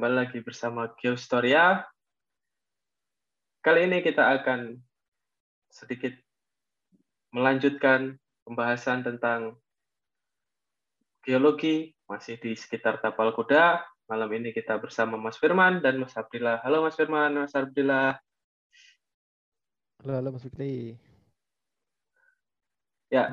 kembali lagi bersama Geostoria. Kali ini kita akan sedikit melanjutkan pembahasan tentang geologi, masih di sekitar Tapal Kuda. Malam ini kita bersama Mas Firman dan Mas Abdillah. Halo Mas Firman, Mas Abdillah. Halo Mas Fikri. Ya,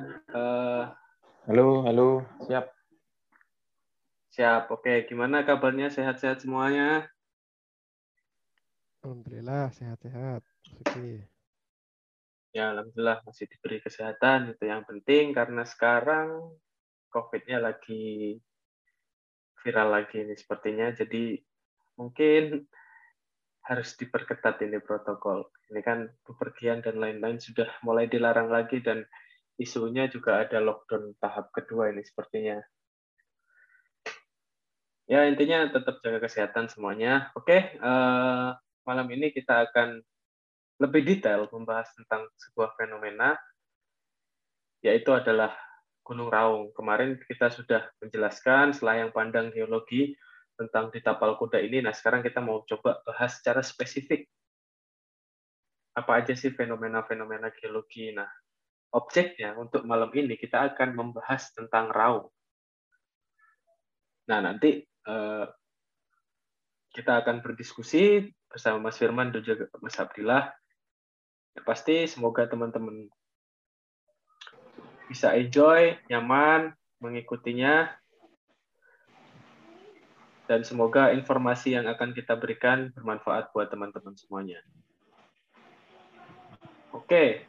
Halo, siap. siap. Oke, gimana kabarnya? Sehat-sehat semuanya? Alhamdulillah sehat-sehat, Mas Fikri. Ya, alhamdulillah masih diberi kesehatan, itu yang penting karena sekarang COVID-nya lagi viral lagi ini sepertinya. Jadi mungkin harus diperketat ini protokol. Ini kan bepergian dan lain-lain sudah mulai dilarang lagi dan isunya juga ada lockdown tahap kedua ini sepertinya. Ya intinya tetap jaga kesehatan semuanya. Oke, malam ini kita akan lebih detail membahas tentang sebuah fenomena, yaitu adalah Gunung Raung. Kemarin kita sudah menjelaskan selayang pandang geologi tentang di Tapal Kuda ini. Nah sekarang kita mau coba bahas secara spesifik apa aja sih fenomena-fenomena geologi. Nah, objeknya untuk malam ini kita akan membahas tentang Raung. Nah, nanti kita akan berdiskusi bersama Mas Firman dan juga Mas Abdillah. Ya, pasti semoga teman-teman bisa enjoy, nyaman mengikutinya, dan semoga informasi yang akan kita berikan bermanfaat buat teman-teman semuanya. Oke,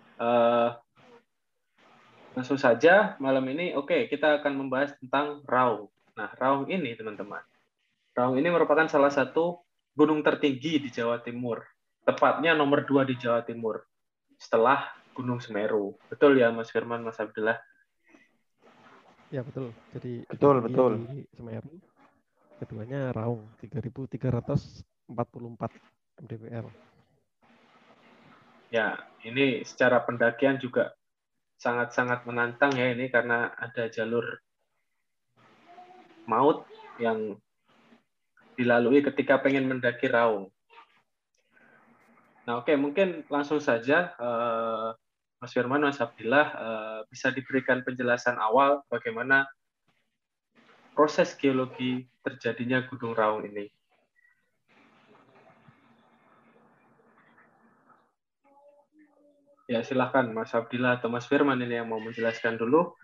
langsung saja malam ini. Oke, kita akan membahas tentang Raung. Nah, Raung ini teman-teman. Raung ini merupakan salah satu gunung tertinggi di Jawa Timur. Tepatnya nomor 2 di Jawa Timur. Setelah Gunung Semeru. Betul ya Mas Firman, Mas Abdullah? Ya betul. Jadi Betul. di Semeru, keduanya Raung 3.344 mdpl. Ya, ini secara pendakian juga sangat-sangat menantang ya ini karena ada jalur maut yang dilalui ketika pengen mendaki Raung. Nah, oke, mungkin langsung saja Mas Firman, Mas Abdillah bisa diberikan penjelasan awal bagaimana proses geologi terjadinya Gunung Raung ini. Ya, silahkan Mas Abdillah atau Mas Firman ini yang mau menjelaskan dulu.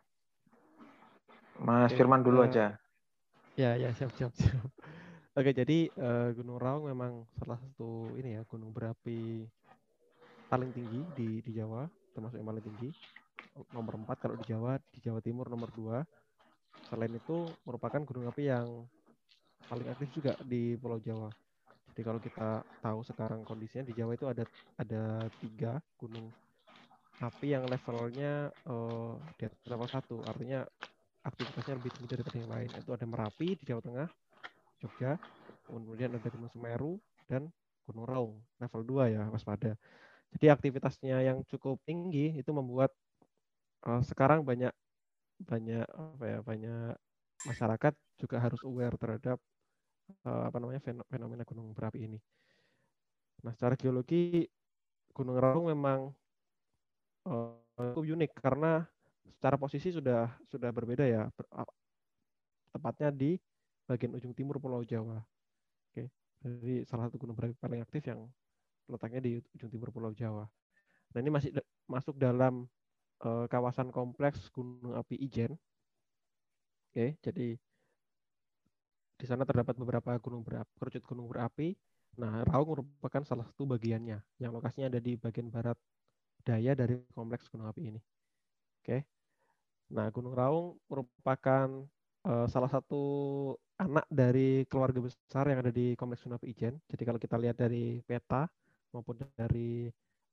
Mas Firman dulu aja. Ya, siap. Oke, jadi Gunung Raung memang salah satu ini ya, gunung berapi paling tinggi di Jawa, termasuk yang paling tinggi. Nomor 4 kalau di Jawa Timur nomor 2. Selain itu merupakan gunung api yang paling aktif juga di Pulau Jawa. Jadi kalau kita tahu sekarang kondisinya di Jawa itu ada 3 gunung api yang levelnya di atas level 1, artinya aktivitasnya lebih tinggi daripada yang lain. Itu ada Merapi di Jawa Tengah, Jogja, kemudian ada Gunung Semeru dan Gunung Raung level 2 ya, waspada. Jadi aktivitasnya yang cukup tinggi itu membuat sekarang banyak masyarakat juga harus aware terhadap fenomena gunung berapi ini. Nah, secara geologi Gunung Raung memang cukup unik karena secara posisi sudah berbeda ya, tepatnya di bagian ujung timur Pulau Jawa. Oke, jadi salah satu gunung berapi paling aktif yang letaknya di ujung timur Pulau Jawa. Nah, ini masih masuk dalam kawasan kompleks Gunung Api Ijen. Oke, jadi di sana terdapat beberapa kerucut gunung berapi. Nah, Raung merupakan salah satu bagiannya, yang lokasinya ada di bagian barat daya dari kompleks gunung api ini. Oke. Nah, Gunung Raung merupakan salah satu anak dari keluarga besar yang ada di kompleks gunung api Ijen. Jadi kalau kita lihat dari peta maupun dari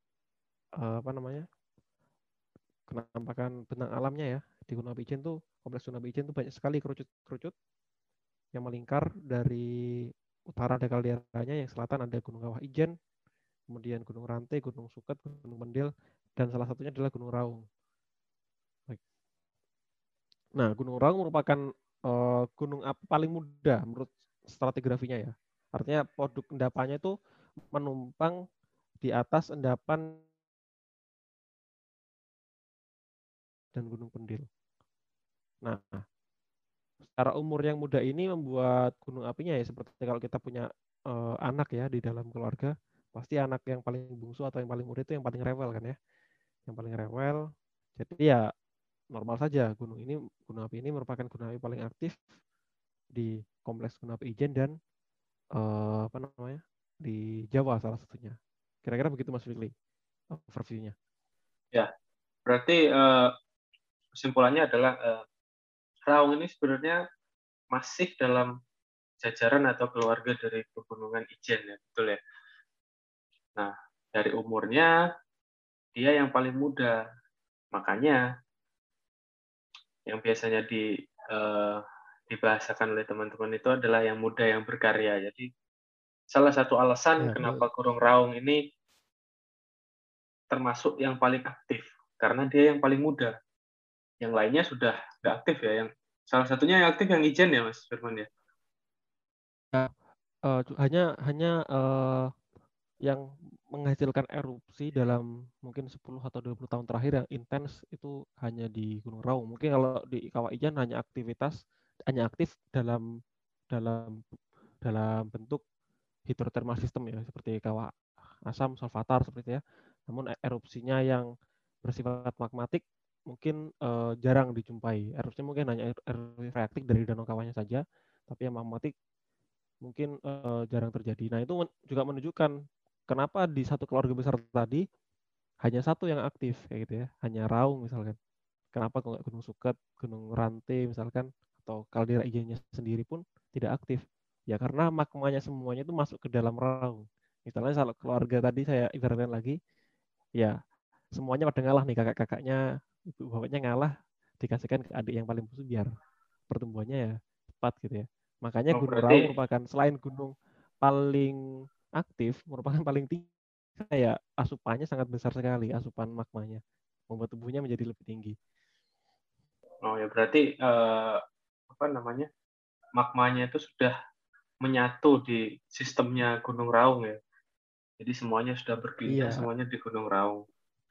kenampakan bentang alamnya ya, di Gunung Api Ijen tuh, kompleks Gunung Api Ijen tuh banyak sekali kerucut-kerucut yang melingkar. Dari utara ada kalderanya, yang selatan ada Gunung Kawah Ijen, kemudian Gunung Rantai, Gunung Suket, Gunung Mendil, dan salah satunya adalah Gunung Raung. Baik. Nah, Gunung Raung merupakan gunung api paling muda menurut stratigrafinya ya. Artinya produk endapannya itu menumpang di atas endapan dan Gunung Pendil. Nah, secara umur yang muda ini membuat gunung apinya ya seperti kalau kita punya anak ya di dalam keluarga, pasti anak yang paling bungsu atau yang paling muda itu yang paling rewel kan ya. Yang paling rewel. Jadi ya normal saja gunung api ini merupakan gunung api paling aktif di kompleks gunung api Ijen dan apa namanya? Di Jawa salah satunya. Kira-kira begitu Mas Fikri overview-nya. Ya, berarti kesimpulannya adalah Raung ini sebenarnya masih dalam jajaran atau keluarga dari pegunungan Ijen ya, betul ya. Nah, dari umurnya dia yang paling muda, makanya yang biasanya dibahasakan oleh teman-teman itu adalah yang muda yang berkarya. Jadi salah satu alasan Ya, kenapa Gunung Raung ini termasuk yang paling aktif karena dia yang paling muda. Yang lainnya sudah nggak aktif ya. Yang salah satunya yang aktif yang Ijen ya, Mas Firman ya. hanya yang menghasilkan erupsi dalam mungkin 10 atau 20 tahun terakhir yang intens itu hanya di Gunung Raung. Mungkin kalau di Kawah Ijen hanya aktif dalam dalam dalam bentuk hidrotermal system ya seperti kawah asam solvatar seperti itu ya. Namun erupsinya yang bersifat magmatik mungkin jarang dijumpai. Erupsinya mungkin hanya erupsi freatik dari danau kawahnya saja, tapi yang magmatik mungkin jarang terjadi. Nah, itu juga menunjukkan kenapa di satu keluarga besar tadi hanya satu yang aktif kayak gitu ya, hanya Raung misalkan. Kenapa kok nggak Gunung Suket, Gunung Rante misalkan, atau kaldera Ijennya sendiri pun tidak aktif? Ya karena magmanya semuanya itu masuk ke dalam Raung. Misalnya kalau keluarga tadi saya ibaratkan lagi, ya semuanya pada ngalah nih, kakak-kakaknya, ibu bapaknya ngalah, dikasihkan ke adik yang paling bungsu biar pertumbuhannya ya cepat gitu ya. Makanya Oh, Gunung Raung berarti merupakan selain gunung paling aktif, merupakan paling tinggi kayak asupannya sangat besar sekali, asupan magmanya membuat tubuhnya menjadi lebih tinggi. berarti apa namanya? Magmanya itu sudah menyatu di sistemnya Gunung Raung ya. Jadi semuanya sudah berpindah Iya, semuanya di Gunung Raung.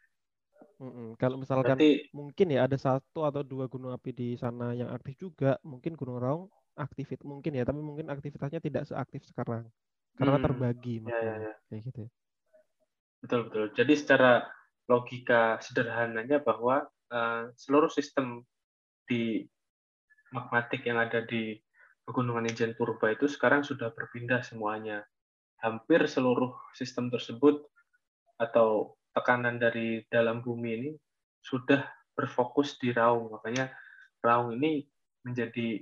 Kalau misalkan Berarti mungkin ya ada satu atau dua gunung api di sana yang aktif juga, mungkin Gunung Raung aktif mungkin ya, tapi mungkin aktivitasnya tidak seaktif sekarang karena terbagi ya ya magmanya ya. kayak gitu ya. Betul betul. Jadi secara logika sederhananya bahwa seluruh sistem di magmatik yang ada di Pegunungan Ijen Purba itu sekarang sudah berpindah semuanya. Hampir seluruh sistem tersebut atau tekanan dari dalam bumi ini sudah berfokus di Raung. Makanya Raung ini menjadi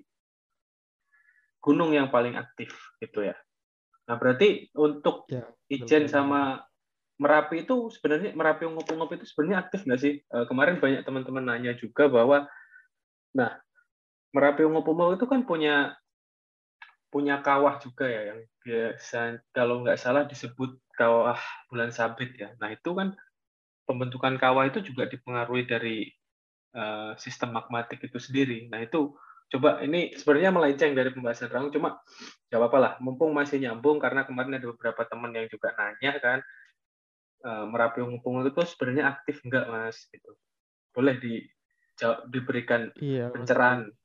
gunung yang paling aktif gitu ya. Nah, berarti untuk Ya, betul Ijen sekali. sama Merapi itu sebenarnya Merapi Unggup-Unggup itu sebenarnya aktif nggak sih? Kemarin banyak teman-teman nanya juga bahwa, nah Merapi Unggup-Unggup itu kan punya punya kawah juga ya yang biasa kalau nggak salah disebut kawah bulan sabit ya. Nah itu kan pembentukan kawah itu juga dipengaruhi dari sistem magmatik itu sendiri. Nah itu coba ini sebenarnya melenceng dari pembahasan Raung, cuma nggak apa-apa lah, mumpung masih nyambung karena kemarin ada beberapa teman yang juga nanya kan, Merapi Unggup itu sebenarnya aktif nggak mas? Gitu. Boleh diberikan Iya, Mas Fikri. pencerahan.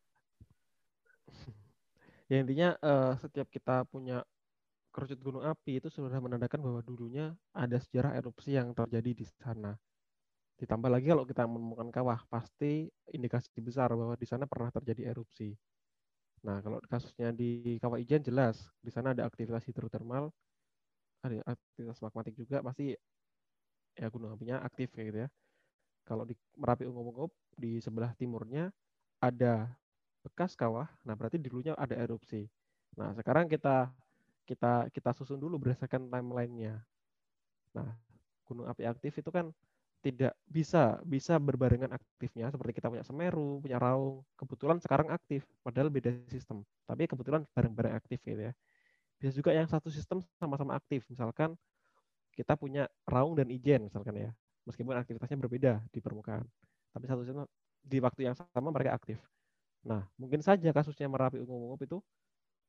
Ya intinya setiap kita punya kerucut gunung api itu sudah menandakan bahwa dulunya ada sejarah erupsi yang terjadi di sana. Ditambah lagi kalau kita menemukan kawah, pasti indikasi besar bahwa di sana pernah terjadi erupsi. Nah, kalau kasusnya di Kawah Ijen jelas, di sana ada aktivitas hidrotermal, ada aktivitas magmatik juga, pasti ya gunung apinya aktif kayak gitu ya. Kalau di Merapi Unggup-Unggup di sebelah timurnya ada bekas kawah, nah berarti dulunya ada erupsi. Nah, sekarang kita kita kita susun dulu berdasarkan timelinenya. Nah, gunung api aktif itu kan tidak bisa bisa berbarengan aktifnya seperti kita punya Semeru, punya Raung. Kebetulan sekarang aktif, padahal beda sistem. Tapi kebetulan bareng-bareng aktif gitu ya. Bisa juga yang satu sistem sama-sama aktif. Misalkan kita punya Raung dan Ijen misalkan ya. Meskipun aktivitasnya berbeda di permukaan. Tapi satu sistem di waktu yang sama mereka aktif. Nah, mungkin saja kasusnya Merapi Unggup itu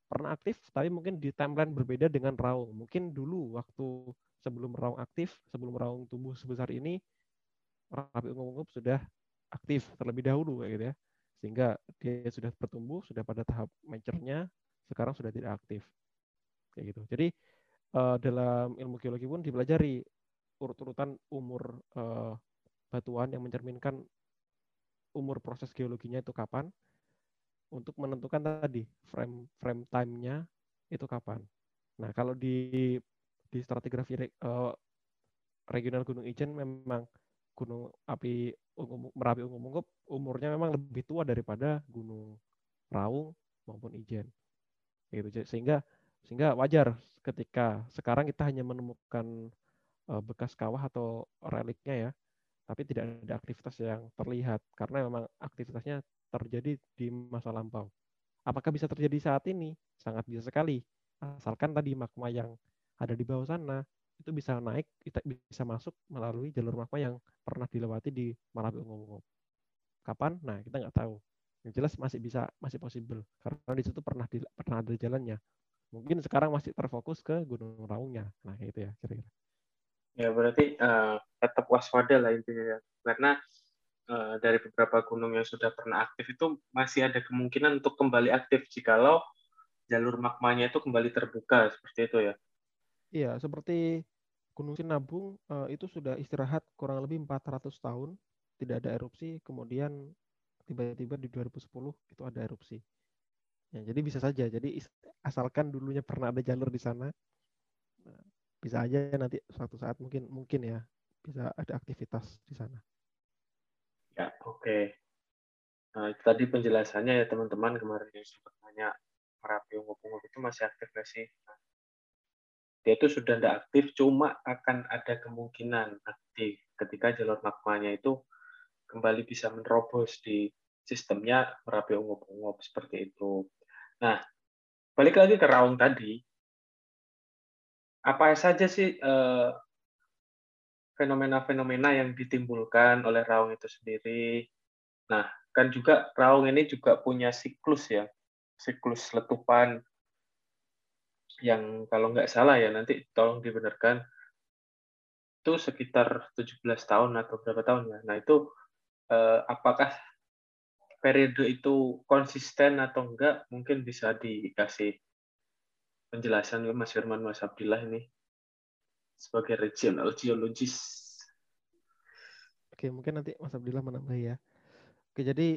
pernah aktif, tapi mungkin di timeline berbeda dengan Raung. Mungkin dulu waktu sebelum Raung aktif, sebelum Raung tumbuh sebesar ini, Merapi Ungup sudah aktif terlebih dahulu kayak gitu ya. Sehingga dia sudah bertumbuh, sudah pada tahap mature-nya, sekarang sudah tidak aktif. Kayak gitu. Jadi dalam ilmu geologi pun dipelajari urut-urutan umur batuan yang mencerminkan umur proses geologinya itu kapan, untuk menentukan tadi frame time-nya itu kapan. Nah, kalau di stratigrafi regional Gunung Ijen memang Gunung Api Merapi Ungup umurnya memang lebih tua daripada Gunung Raung maupun Ijen. Gitu. Sehingga wajar ketika sekarang kita hanya menemukan bekas kawah atau reliknya ya, tapi tidak ada aktivitas yang terlihat karena memang aktivitasnya terjadi di masa lampau. Apakah bisa terjadi saat ini? Sangat bisa sekali. Asalkan tadi magma yang ada di bawah sana itu bisa naik, bisa masuk melalui jalur magma yang pernah dilewati di Merapi Ungup. Kapan? Nah, kita nggak tahu. Yang jelas masih possible karena di situ pernah ada jalannya. Mungkin sekarang masih terfokus ke Gunung Raungnya. Nah, itu ya kira-kira. Ya berarti tetap waspada lah intinya ya. Karena dari beberapa gunung yang sudah pernah aktif itu masih ada kemungkinan untuk kembali aktif jikalau jalur magmanya itu kembali terbuka seperti itu ya. Iya, seperti Gunung Sinabung itu sudah istirahat kurang lebih 400 tahun, tidak ada erupsi, kemudian tiba-tiba di 2010 itu ada erupsi. Ya, jadi bisa saja. Jadi asalkan dulunya pernah ada jalur di sana, bisa aja nanti suatu saat mungkin ya bisa ada aktivitas di sana. Ya, oke. Nah, itu tadi penjelasannya ya teman-teman kemarin yang sempat tanya Merapi Ungup itu masih aktif nggak sih? Nah, dia itu sudah tidak aktif, cuma akan ada kemungkinan aktif ketika jalur magmanya itu kembali bisa menerobos di sistemnya Merapi Ungup seperti itu. Nah, balik lagi ke Raung tadi, apa saja sih fenomena-fenomena yang ditimbulkan oleh Raung itu sendiri? Nah, kan juga Raung ini juga punya siklus ya, siklus letupan yang kalau nggak salah ya, nanti tolong dibenarkan, itu sekitar 17 tahun atau berapa tahun ya. Nah, itu apakah periode itu konsisten atau enggak, mungkin bisa dikasih penjelasan ke Mas Firman, Mas Abdillah ini sebagai regional geologist. Oke, mungkin nanti Mas Abdillah menambah ya. Oke, jadi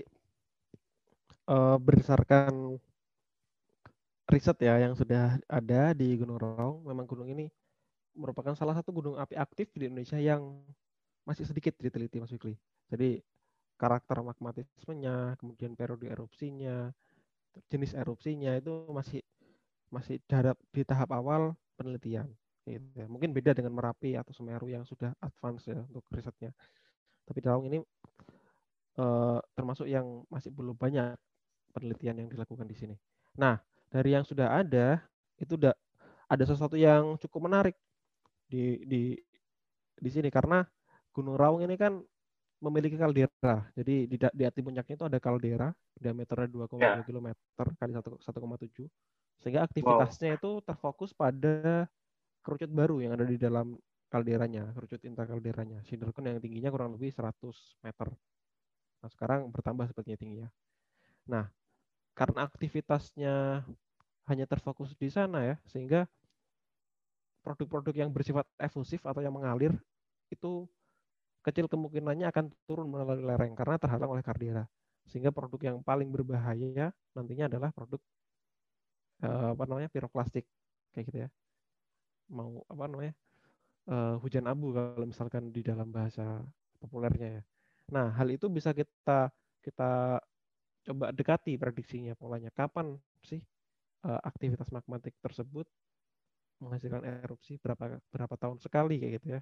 berdasarkan riset ya yang sudah ada di Gunung Raung, memang gunung ini merupakan salah satu gunung api aktif di Indonesia yang masih sedikit diteliti, Mas Fikri. Jadi karakter magmatismenya, kemudian periode erupsinya, jenis erupsinya itu masih masih di tahap awal penelitian. Gitu ya. Mungkin beda dengan Merapi atau Semeru yang sudah advance ya untuk risetnya. Tapi Raung ini termasuk yang masih belum banyak penelitian yang dilakukan di sini. Nah, dari yang sudah ada itu ada sesuatu yang cukup menarik di di sini karena Gunung Raung ini kan memiliki kaldera. Jadi di atas puncaknya itu ada kaldera diameternya 2,2 Ya, km kali 1,7, sehingga wow. aktivitasnya itu terfokus pada kerucut baru yang ada di dalam kalderanya, kerucut interkalderanya. Cinder cone yang tingginya kurang lebih 100 meter. Nah, sekarang bertambah sepertinya tingginya. Nah, karena aktivitasnya hanya terfokus di sana ya, sehingga produk-produk yang bersifat efusif atau yang mengalir itu kecil kemungkinannya akan turun melalui lereng karena terhalang oleh kaldera. Sehingga produk yang paling berbahaya nantinya adalah produk apa namanya piroklastik kayak gitu ya. Mau apa namanya hujan abu kalau misalkan di dalam bahasa populernya ya. Nah, hal itu bisa kita kita coba dekati prediksinya polanya. Kapan sih aktivitas magmatik tersebut menghasilkan erupsi berapa tahun sekali kayak gitu ya.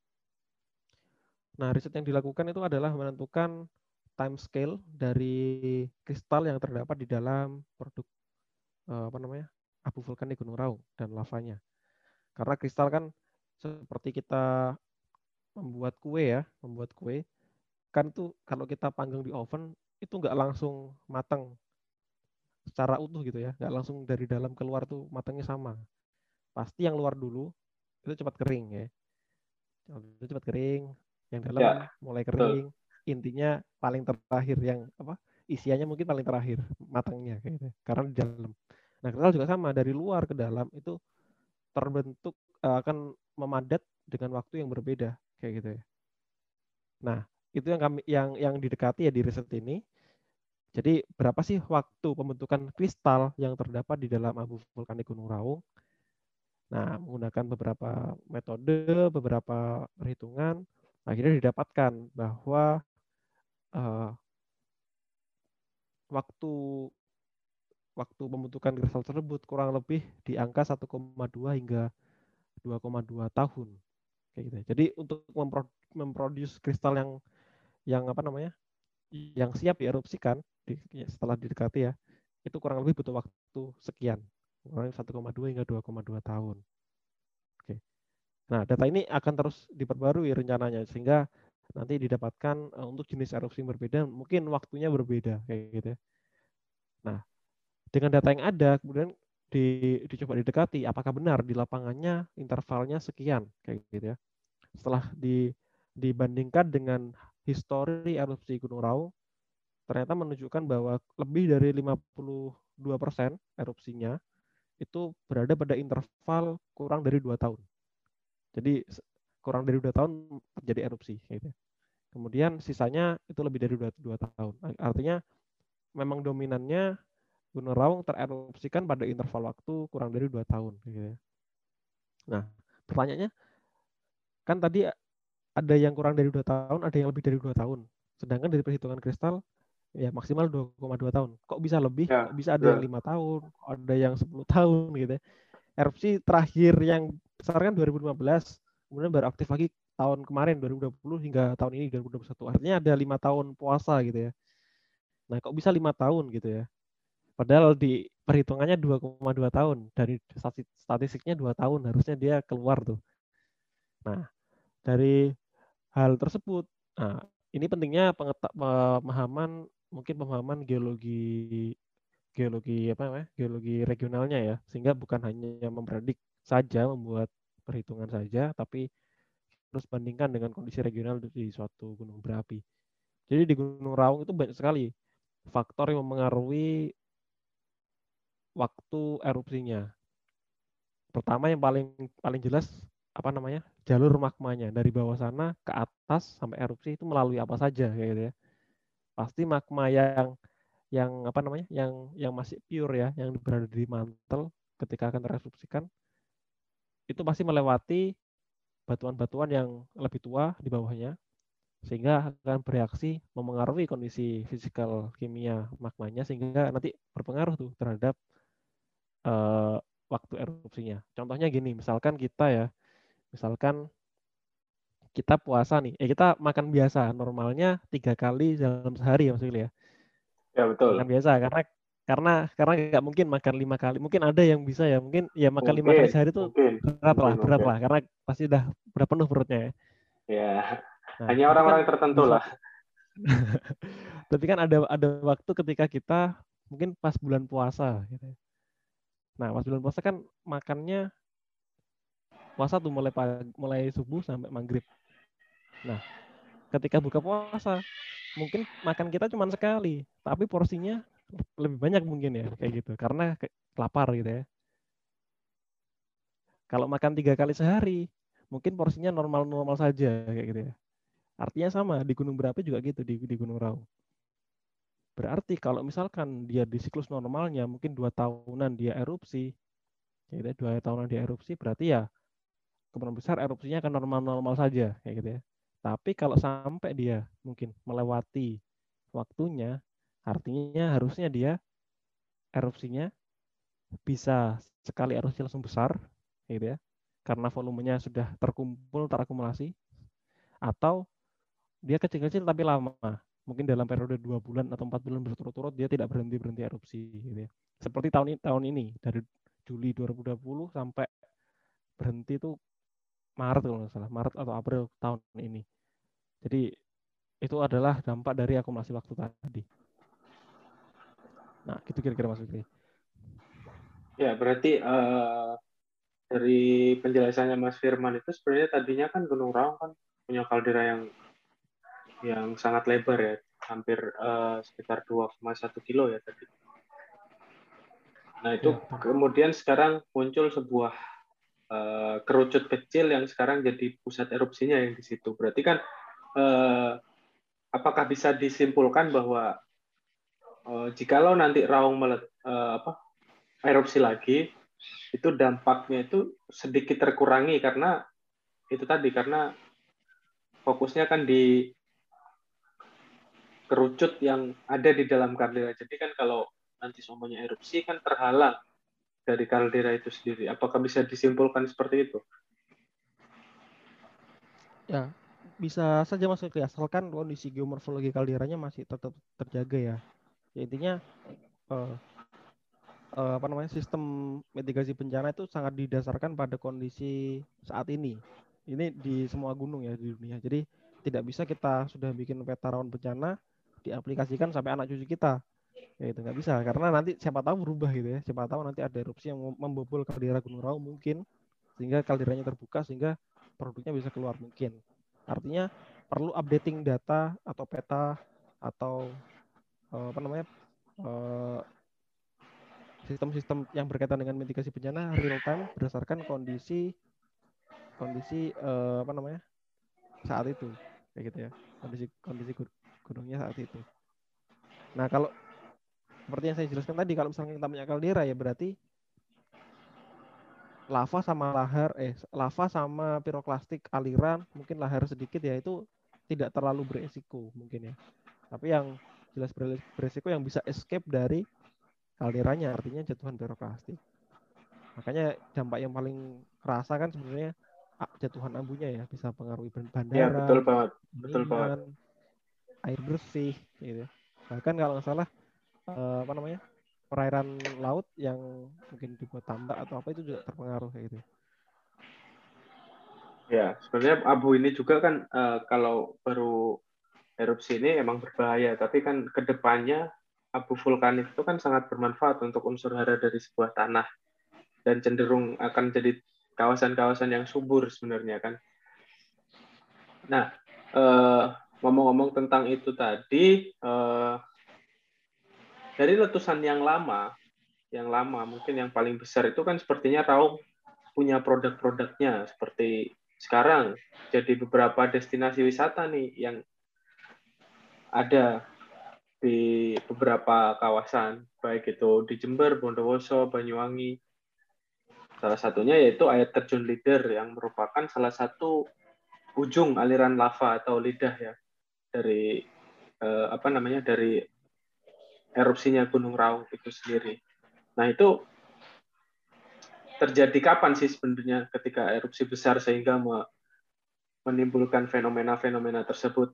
Nah, riset yang dilakukan itu adalah menentukan time scale dari kristal yang terdapat di dalam produk apa namanya abu vulkanik Gunung Raung dan lavanya. Karena kristal kan seperti kita membuat kue kan tuh kalau kita panggang di oven itu nggak langsung matang. secara utuh gitu ya, nggak langsung dari dalam keluar tuh matangnya sama. Pasti yang luar dulu itu cepat kering ya. Itu cepat kering, yang dalam Ya, mulai betul. kering. Intinya paling terakhir yang apa? Isiannya mungkin paling terakhir matangnya kayak gitu. Karena di dalam. Nah, kristal juga sama dari luar ke dalam itu terbentuk akan memadat dengan waktu yang berbeda kayak gitu ya. Nah, itu yang kami yang didekati ya di riset ini. Jadi berapa sih waktu pembentukan kristal yang terdapat di dalam abu vulkanik Gunung Raung? Nah, menggunakan beberapa metode, beberapa perhitungan, akhirnya didapatkan bahwa uh, waktu waktu pembentukan kristal tersebut kurang lebih di angka 1,2 hingga 2,2 tahun kayak gitu. Jadi untuk memproduce kristal yang apa namanya? Yang siap dierupsikan setelah didekati ya, itu kurang lebih butuh waktu sekian. Kurang lebih 1,2 hingga 2,2 tahun. Oke. Nah, data ini akan terus diperbarui rencananya sehingga nanti didapatkan untuk jenis erupsi yang berbeda, mungkin waktunya berbeda kayak gitu ya. Nah, dengan data yang ada kemudian dicoba didekati apakah benar di lapangannya intervalnya sekian kayak gitu ya. Setelah dibandingkan dengan histori erupsi Gunung Raung, ternyata menunjukkan bahwa lebih dari 52% erupsinya itu berada pada interval kurang dari 2 tahun. Jadi kurang dari 2 tahun terjadi erupsi gitu. Kemudian sisanya itu lebih dari 2 tahun. Artinya memang dominannya Gunung Raung tererupsikan pada interval waktu kurang dari 2 tahun gitu. Nah, pertanyaannya kan tadi ada yang kurang dari 2 tahun, ada yang lebih dari 2 tahun. Sedangkan dari perhitungan kristal ya maksimal 2,2 tahun. Kok bisa lebih? Ya, Kok bisa ada yang betul. 5 tahun? Kok ada yang 10 tahun gitu ya. Erupsi terakhir yang besar kan 2015, kemudian baru aktif lagi tahun kemarin 2020 hingga tahun ini 2021. Artinya ada 5 tahun puasa gitu ya. Nah, kok bisa 5 tahun gitu ya? Padahal di perhitungannya 2,2 tahun. Dari statistiknya 2 tahun harusnya dia keluar tuh. Nah, dari hal tersebut, nah, ini pentingnya pemahaman mungkin pemahaman geologi geologi apa namanya? Geologi regionalnya ya, sehingga bukan hanya mempredik saja, membuat perhitungan saja, tapi terus bandingkan dengan kondisi regional di suatu gunung berapi. Jadi di Gunung Raung itu banyak sekali faktor yang mempengaruhi waktu erupsinya. Pertama yang paling paling jelas apa namanya? Jalur magmanya dari bawah sana ke atas sampai erupsi itu melalui apa saja kayak gitu ya. Pasti magma yang apa namanya? Yang masih pure ya, yang berada di mantel ketika akan tererupsikan itu pasti melewati batuan-batuan yang lebih tua di bawahnya sehingga akan bereaksi memengaruhi kondisi fisikal kimia magmanya sehingga nanti berpengaruh tuh terhadap uh, waktu erupsinya. Contohnya gini, misalkan kita puasa nih, kita makan biasa, normalnya 3 kali dalam sehari ya Mas Willy ya. Ya, Makan betul. biasa karena nggak mungkin makan 5 kali. Mungkin ada yang bisa ya, mungkin ya makan 5 kali Mungkin, sehari itu mungkin, mungkin, berat mungkin. lah, karena pasti udah penuh perutnya ya. Ya, Nah, hanya tapi kan orang-orang tertentu di lah. suatu tapi kan ada waktu ketika kita mungkin pas bulan puasa gitu ya. Nah, pas bulan puasa kan makannya puasa tuh mulai subuh sampai maghrib. Nah, ketika buka puasa mungkin makan kita cuma sekali, tapi porsinya lebih banyak mungkin ya kayak gitu karena lapar gitu ya. Kalau makan 3 kali sehari, mungkin porsinya normal-normal saja kayak gitu ya. Artinya sama di gunung berapi juga gitu di Gunung Raung. Berarti kalau misalkan dia di siklus normalnya mungkin 2 tahunan dia erupsi, ya gitu ya, 2 tahunan dia erupsi berarti ya kemungkinan besar erupsinya akan normal-normal saja kayak gitu ya. Tapi kalau sampai dia mungkin melewati waktunya, artinya harusnya dia erupsinya bisa sekali erupsi langsung besar, gitu ya, karena volumenya sudah terkumpul, terakumulasi, atau dia kecil-kecil tapi lama, mungkin dalam periode 2 bulan atau 4 bulan berturut-turut dia tidak berhenti erupsi, gitu ya. Seperti tahun ini dari Juli 2020 sampai berhenti itu Maret kalau nggak salah, Maret atau April tahun ini. Jadi itu adalah dampak dari akumulasi waktu tadi. Nah, gitu kira-kira Mas Fikri. Ya, berarti dari penjelasannya Mas Firman itu sebenarnya tadinya kan Gunung Raung kan punya kaldera yang sangat lebar ya, hampir sekitar 2,1 kilo ya tadi. Nah, Ya, itu betul. kemudian sekarang muncul sebuah kerucut kecil yang sekarang jadi pusat erupsinya yang di situ. Berarti kan apakah bisa disimpulkan bahwa jikalau nanti Raung erupsi lagi, itu dampaknya itu sedikit terkurangi karena itu tadi, karena fokusnya kan di kerucut yang ada di dalam kaldera. Jadi kan kalau nanti semuanya erupsi kan terhalang dari kaldera itu sendiri. Apakah bisa disimpulkan seperti itu? Ya, bisa saja Mas Fikri, asalkan kondisi geomorfologi kalderanya masih tetap terjaga ya. Ya, intinya eh, apa namanya, sistem mitigasi bencana itu sangat didasarkan pada kondisi saat ini. Ini di semua gunung ya di dunia. Jadi tidak bisa kita sudah bikin peta rawan bencana diaplikasikan sampai anak cucu kita. Ya itu nggak bisa karena nanti siapa tahu berubah gitu ya. Siapa tahu nanti ada erupsi yang membobol kaldera Gunung Raung mungkin, sehingga kalderanya terbuka sehingga produknya bisa keluar mungkin. Artinya perlu updating data atau peta atau apa namanya, eh, sistem-sistem yang berkaitan dengan mitigasi bencana real time berdasarkan kondisi kondisi apa namanya, saat itu, kayak gitu ya, kondisi kondisi gunungnya saat itu. Nah, kalau seperti yang saya jelaskan tadi, kalau misalnya kita punya kaldera ya berarti lava sama piroklastik aliran, mungkin lahar sedikit ya, itu tidak terlalu beresiko mungkin ya. Tapi yang jelas beresiko yang bisa escape dari kalderanya, artinya jatuhan piroklastik. Makanya dampak yang paling kerasa kan sebenarnya jatuhan abunya ya, bisa pengaruhi Ya, betul bandara, banget. Betul banget. kuningan, air bersih gitu ya. Bahkan kalau nggak salah apa namanya, perairan laut yang mungkin dibuat tambak atau apa itu juga terpengaruh kayak gitu. Ya, sebenarnya abu ini juga kan kalau baru erupsi ini emang berbahaya, tapi kan ke depannya abu vulkanik itu kan sangat bermanfaat untuk unsur hara dari sebuah tanah dan cenderung akan jadi kawasan-kawasan yang subur sebenarnya kan. Nah, ngomong-ngomong tentang itu tadi, dari letusan yang lama mungkin yang paling besar itu kan sepertinya Raung punya produk-produknya seperti sekarang jadi beberapa destinasi wisata nih yang ada di beberapa kawasan, baik itu di Jember, Bondowoso, Banyuwangi. Salah satunya yaitu air terjun Lider yang merupakan salah satu ujung aliran lava atau lidah ya dari dari erupsinya Gunung Raung itu sendiri. Nah, itu terjadi kapan sih sebenarnya ketika erupsi besar sehingga menimbulkan fenomena-fenomena tersebut?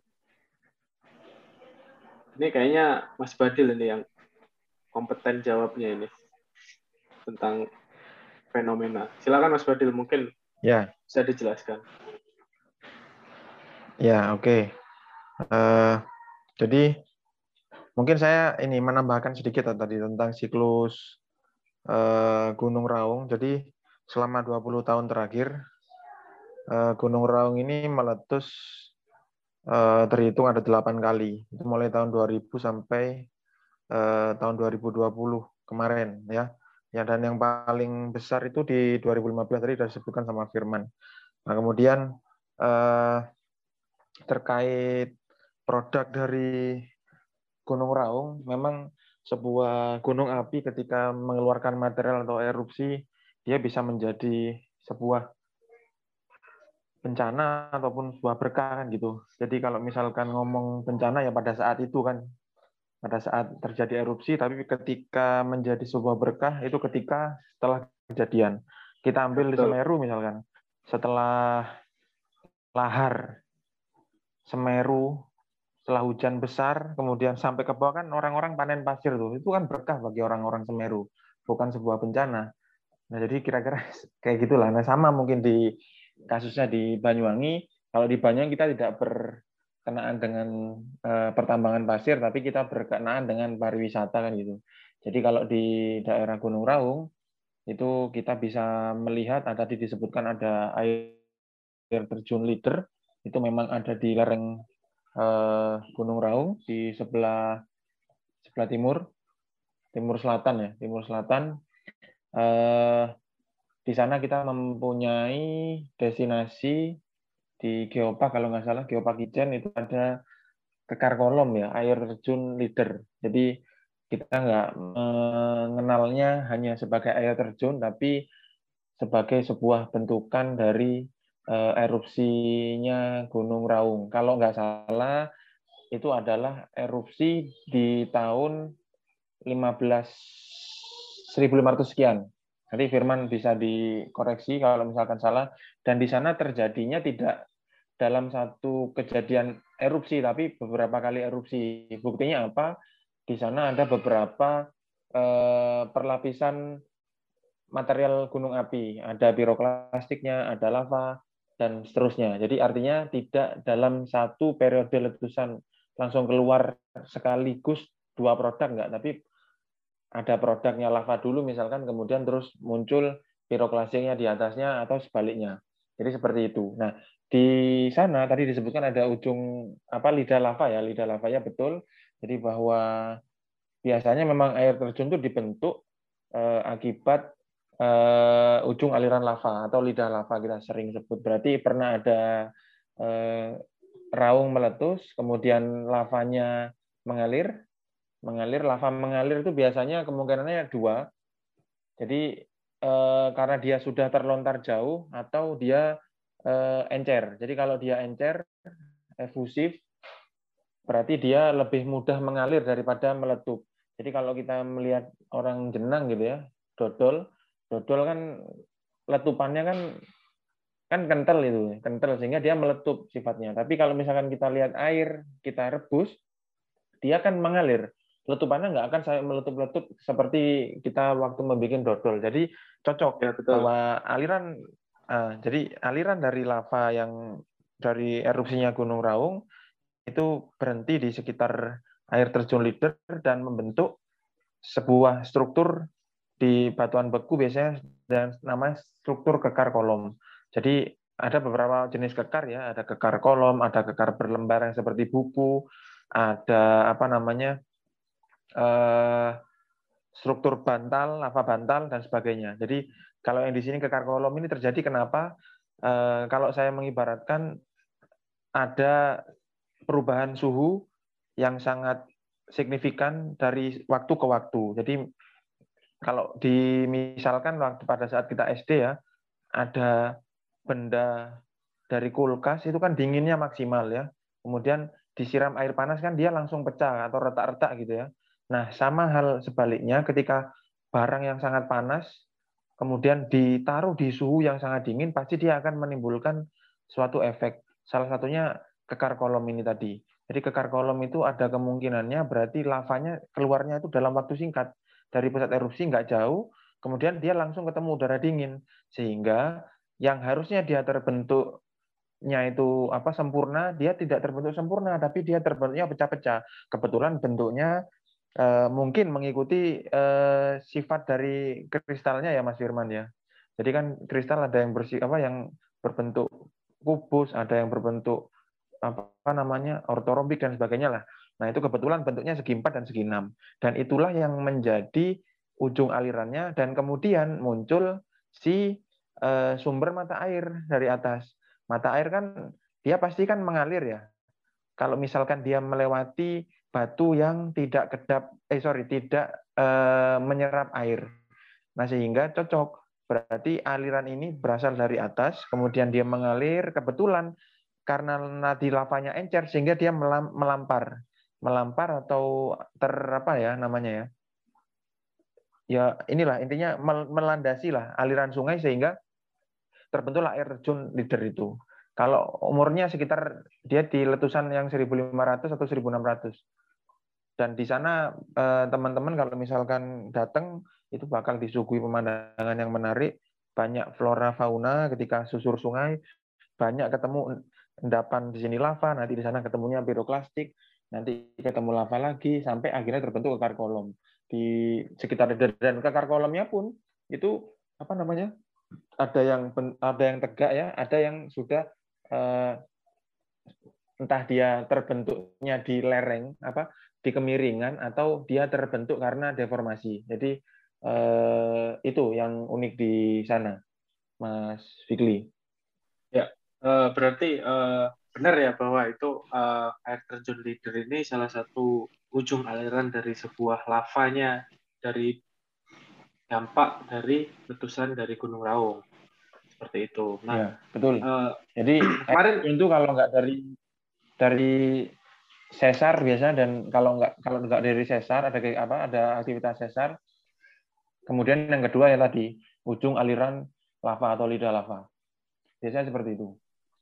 Ini kayaknya Mas Badil ini yang kompeten jawabnya ini tentang fenomena. Silakan Mas Badil, mungkin Ya, bisa dijelaskan. ya, oke. Jadi mungkin saya ini menambahkan sedikit tadi tentang siklus Gunung Raung. Jadi selama 20 tahun terakhir Gunung Raung ini meletus terhitung ada 8 kali. Itu mulai tahun 2000 sampai tahun 2020 kemarin ya. Ya, dan yang paling besar itu di 2015 tadi sudah disebutkan sama Firman. Nah, kemudian terkait produk dari Gunung Raung, memang sebuah gunung api ketika mengeluarkan material atau erupsi, dia bisa menjadi sebuah bencana ataupun sebuah berkah kan gitu. Jadi kalau misalkan ngomong bencana ya pada saat itu kan, pada saat terjadi erupsi, tapi ketika menjadi sebuah berkah itu ketika setelah kejadian. Kita ambil di Betul. Semeru misalkan, setelah lahar Semeru, setelah hujan besar, kemudian sampai ke bawah kan orang-orang panen pasir tuh. Itu kan berkah bagi orang-orang Semeru, bukan sebuah bencana. Nah, jadi kira-kira kayak gitulah. Nah, sama mungkin di kasusnya di Banyuwangi. Kalau di Banyuwangi kita tidak berkenaan dengan pertambangan pasir, tapi kita berkenaan dengan pariwisata kan gitu. Jadi kalau di daerah Gunung Raung itu kita bisa melihat tadi disebutkan ada air terjun Leader, itu memang ada di lereng Gunung Raung di sebelah timur selatan ya, timur selatan. Di sana kita mempunyai destinasi di Geopark, kalau nggak salah Geopark Ijen itu ada Kekar Kolom ya, air terjun Leader. Jadi kita nggak mengenalnya hanya sebagai air terjun, tapi sebagai sebuah bentukan dari erupsinya Gunung Raung. Kalau nggak salah itu adalah erupsi di tahun 1500 sekian. Nanti Firman bisa dikoreksi kalau misalkan salah. Dan di sana terjadinya tidak dalam satu kejadian erupsi, tapi beberapa kali erupsi. Buktinya apa? Di sana ada beberapa perlapisan material gunung api. Ada piroklastiknya, ada lava, dan seterusnya. Jadi artinya tidak dalam satu periode letusan langsung keluar sekaligus dua produk, enggak, tapi ada produknya lava dulu misalkan, kemudian terus muncul piroklastiknya di atasnya atau sebaliknya. Jadi seperti itu. Nah, di sana tadi disebutkan ada ujung lidah lava ya, lidah lavanya betul. Jadi bahwa biasanya memang air terjun itu dibentuk akibat ujung aliran lava atau lidah lava kita sering sebut. Berarti pernah ada raung meletus, kemudian lavanya mengalir. Lava mengalir itu biasanya kemungkinannya dua. Jadi karena dia sudah terlontar jauh atau dia encer. Jadi kalau dia encer, efusif, berarti dia lebih mudah mengalir daripada meletup. Jadi kalau kita melihat orang jenang gitu ya, dodol kan letupannya kan kental itu, kental sehingga dia meletup sifatnya. Tapi kalau misalkan kita lihat air, kita rebus, dia kan mengalir. Letupannya nggak akan saya meletup-letup seperti kita waktu membuat dodol. Jadi cocok Ya, betul. bahwa aliran dari lava yang dari erupsinya Gunung Raung itu berhenti di sekitar air terjun Leader dan membentuk sebuah struktur di batuan beku biasanya dan namanya struktur kekar kolom. Jadi ada beberapa jenis kekar ya, ada kekar kolom, ada kekar berlembar yang seperti buku, ada struktur bantal, lava bantal, dan sebagainya. Jadi kalau yang di sini kekar kolom ini terjadi kenapa? Kalau saya mengibaratkan ada perubahan suhu yang sangat signifikan dari waktu ke waktu. Jadi kalau misalkan waktu pada saat kita SD ya, ada benda dari kulkas itu kan dinginnya maksimal ya. Kemudian disiram air panas kan dia langsung pecah atau retak-retak gitu ya. Nah, sama hal sebaliknya ketika barang yang sangat panas kemudian ditaruh di suhu yang sangat dingin, pasti dia akan menimbulkan suatu efek. Salah satunya kekar kolom ini tadi. Jadi kekar kolom itu ada kemungkinannya berarti lavanya keluarnya itu dalam waktu singkat. Dari pusat erupsi nggak jauh, kemudian dia langsung ketemu udara dingin. Sehingga yang harusnya dia terbentuknya itu sempurna, dia tidak terbentuk sempurna, tapi dia terbentuknya pecah-pecah. Kebetulan bentuknya mungkin mengikuti sifat dari kristalnya ya Mas Firman ya. Jadi kan kristal ada yang yang berbentuk kubus, ada yang berbentuk ortorobik dan sebagainya lah. Nah, itu kebetulan bentuknya segi 4 dan segi 6. Dan itulah yang menjadi ujung alirannya dan kemudian muncul si sumber mata air dari atas. Mata air kan dia pasti kan mengalir ya. Kalau misalkan dia melewati batu yang tidak menyerap air. Nah, sehingga cocok. Berarti aliran ini berasal dari atas, kemudian dia mengalir, kebetulan karena nadi lavanya encer sehingga dia melampar atau ya inilah intinya melandasi lah aliran sungai sehingga terbentuklah air terjun Leader itu. Kalau umurnya sekitar dia di letusan yang 1.500 atau 1.600. Dan di sana teman-teman kalau misalkan datang itu bakal disuguhi pemandangan yang menarik, banyak flora fauna ketika susur sungai, banyak ketemu endapan di sini lava, nanti di sana ketemunya piroklastik, nanti ketemu lava lagi sampai akhirnya terbentuk kekar kolom. di sekitar dan kakar kolamnya pun itu apa namanya, ada yang tegak ya, ada yang sudah entah dia terbentuknya di lereng di kemiringan atau dia terbentuk karena deformasi. Jadi itu yang unik di sana, Mas Fikli. Ya, berarti benar ya bahwa itu air terjun Leader ini salah satu ujung aliran dari sebuah lavanya, dari dampak dari letusan dari Gunung Raung, seperti itu. Nah, ya, betul. Jadi kemarin itu kalau nggak dari sesar biasa, dan kalau nggak dari sesar ada aktivitas sesar. Kemudian yang kedua ya tadi ujung aliran lava atau lidah lava. Biasanya seperti itu.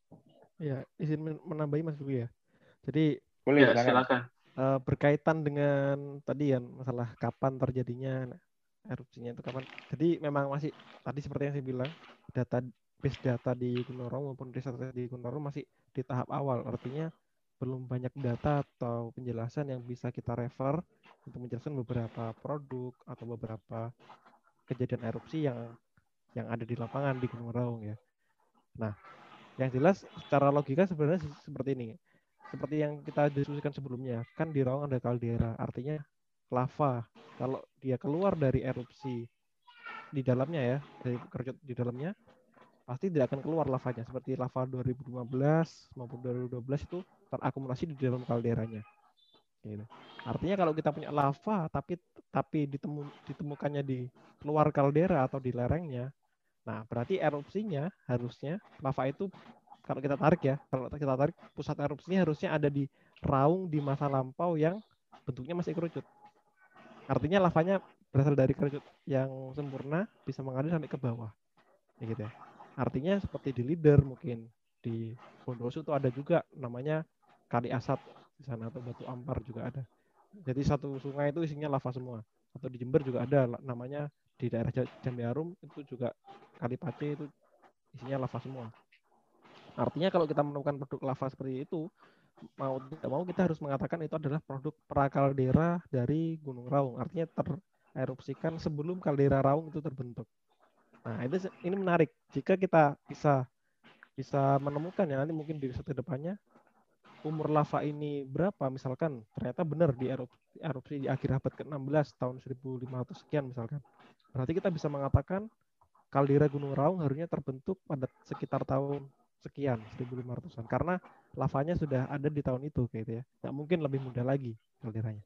Ya, izin menambahi Mas Budi ya. Jadi Boleh, ya silakan. Berkaitan dengan tadi ya masalah kapan terjadinya erupsinya itu kapan. Jadi memang masih tadi seperti yang saya bilang, base data di Gunung Raung maupun riset di Gunung Raung masih di tahap awal. Artinya belum banyak data atau penjelasan yang bisa kita refer untuk menjelaskan beberapa produk atau beberapa kejadian erupsi yang ada di lapangan di Gunung Raung ya. Nah, yang jelas secara logika sebenarnya seperti ini. Seperti yang kita diskusikan sebelumnya, kan di Raung ada kaldera, artinya lava. Kalau dia keluar dari erupsi di dalamnya ya, dari kerucut di dalamnya, pasti tidak akan keluar lavanya. Seperti lava 2015 maupun 2012 itu terakumulasi di dalam kalderanya. Gitu. Artinya kalau kita punya lava, tapi ditemukannya di luar kaldera atau di lerengnya, nah berarti erupsinya harusnya lava itu kalau kita tarik pusat erupsinya harusnya ada di raung di masa lampau yang bentuknya masih kerucut. Artinya lavanya berasal dari kerucut yang sempurna bisa mengalir sampai ke bawah. Ya gitu ya. Artinya seperti di Leader mungkin di Bondowoso itu ada juga namanya Kali Asat di sana atau Batu Ampar juga ada. Jadi satu sungai itu isinya lava semua. Atau di Jember juga ada namanya di daerah Jambe Arum itu juga Kali Pace itu isinya lava semua. Artinya kalau kita menemukan produk lava seperti itu, mau tidak mau kita harus mengatakan itu adalah produk prakaldera dari Gunung Raung. Artinya tererupsikan sebelum kaldera Raung itu terbentuk. Nah, ini menarik. Jika kita bisa menemukan ya nanti mungkin di riset depannya umur lava ini berapa, misalkan ternyata benar di erupsi di akhir abad ke-16 tahun 1500 sekian misalkan. Berarti kita bisa mengatakan kaldera Gunung Raung harusnya terbentuk pada sekitar tahun sekian 1500-an karena lavanya sudah ada di tahun itu kayak gitu ya. Nggak mungkin lebih muda lagi kalderanya.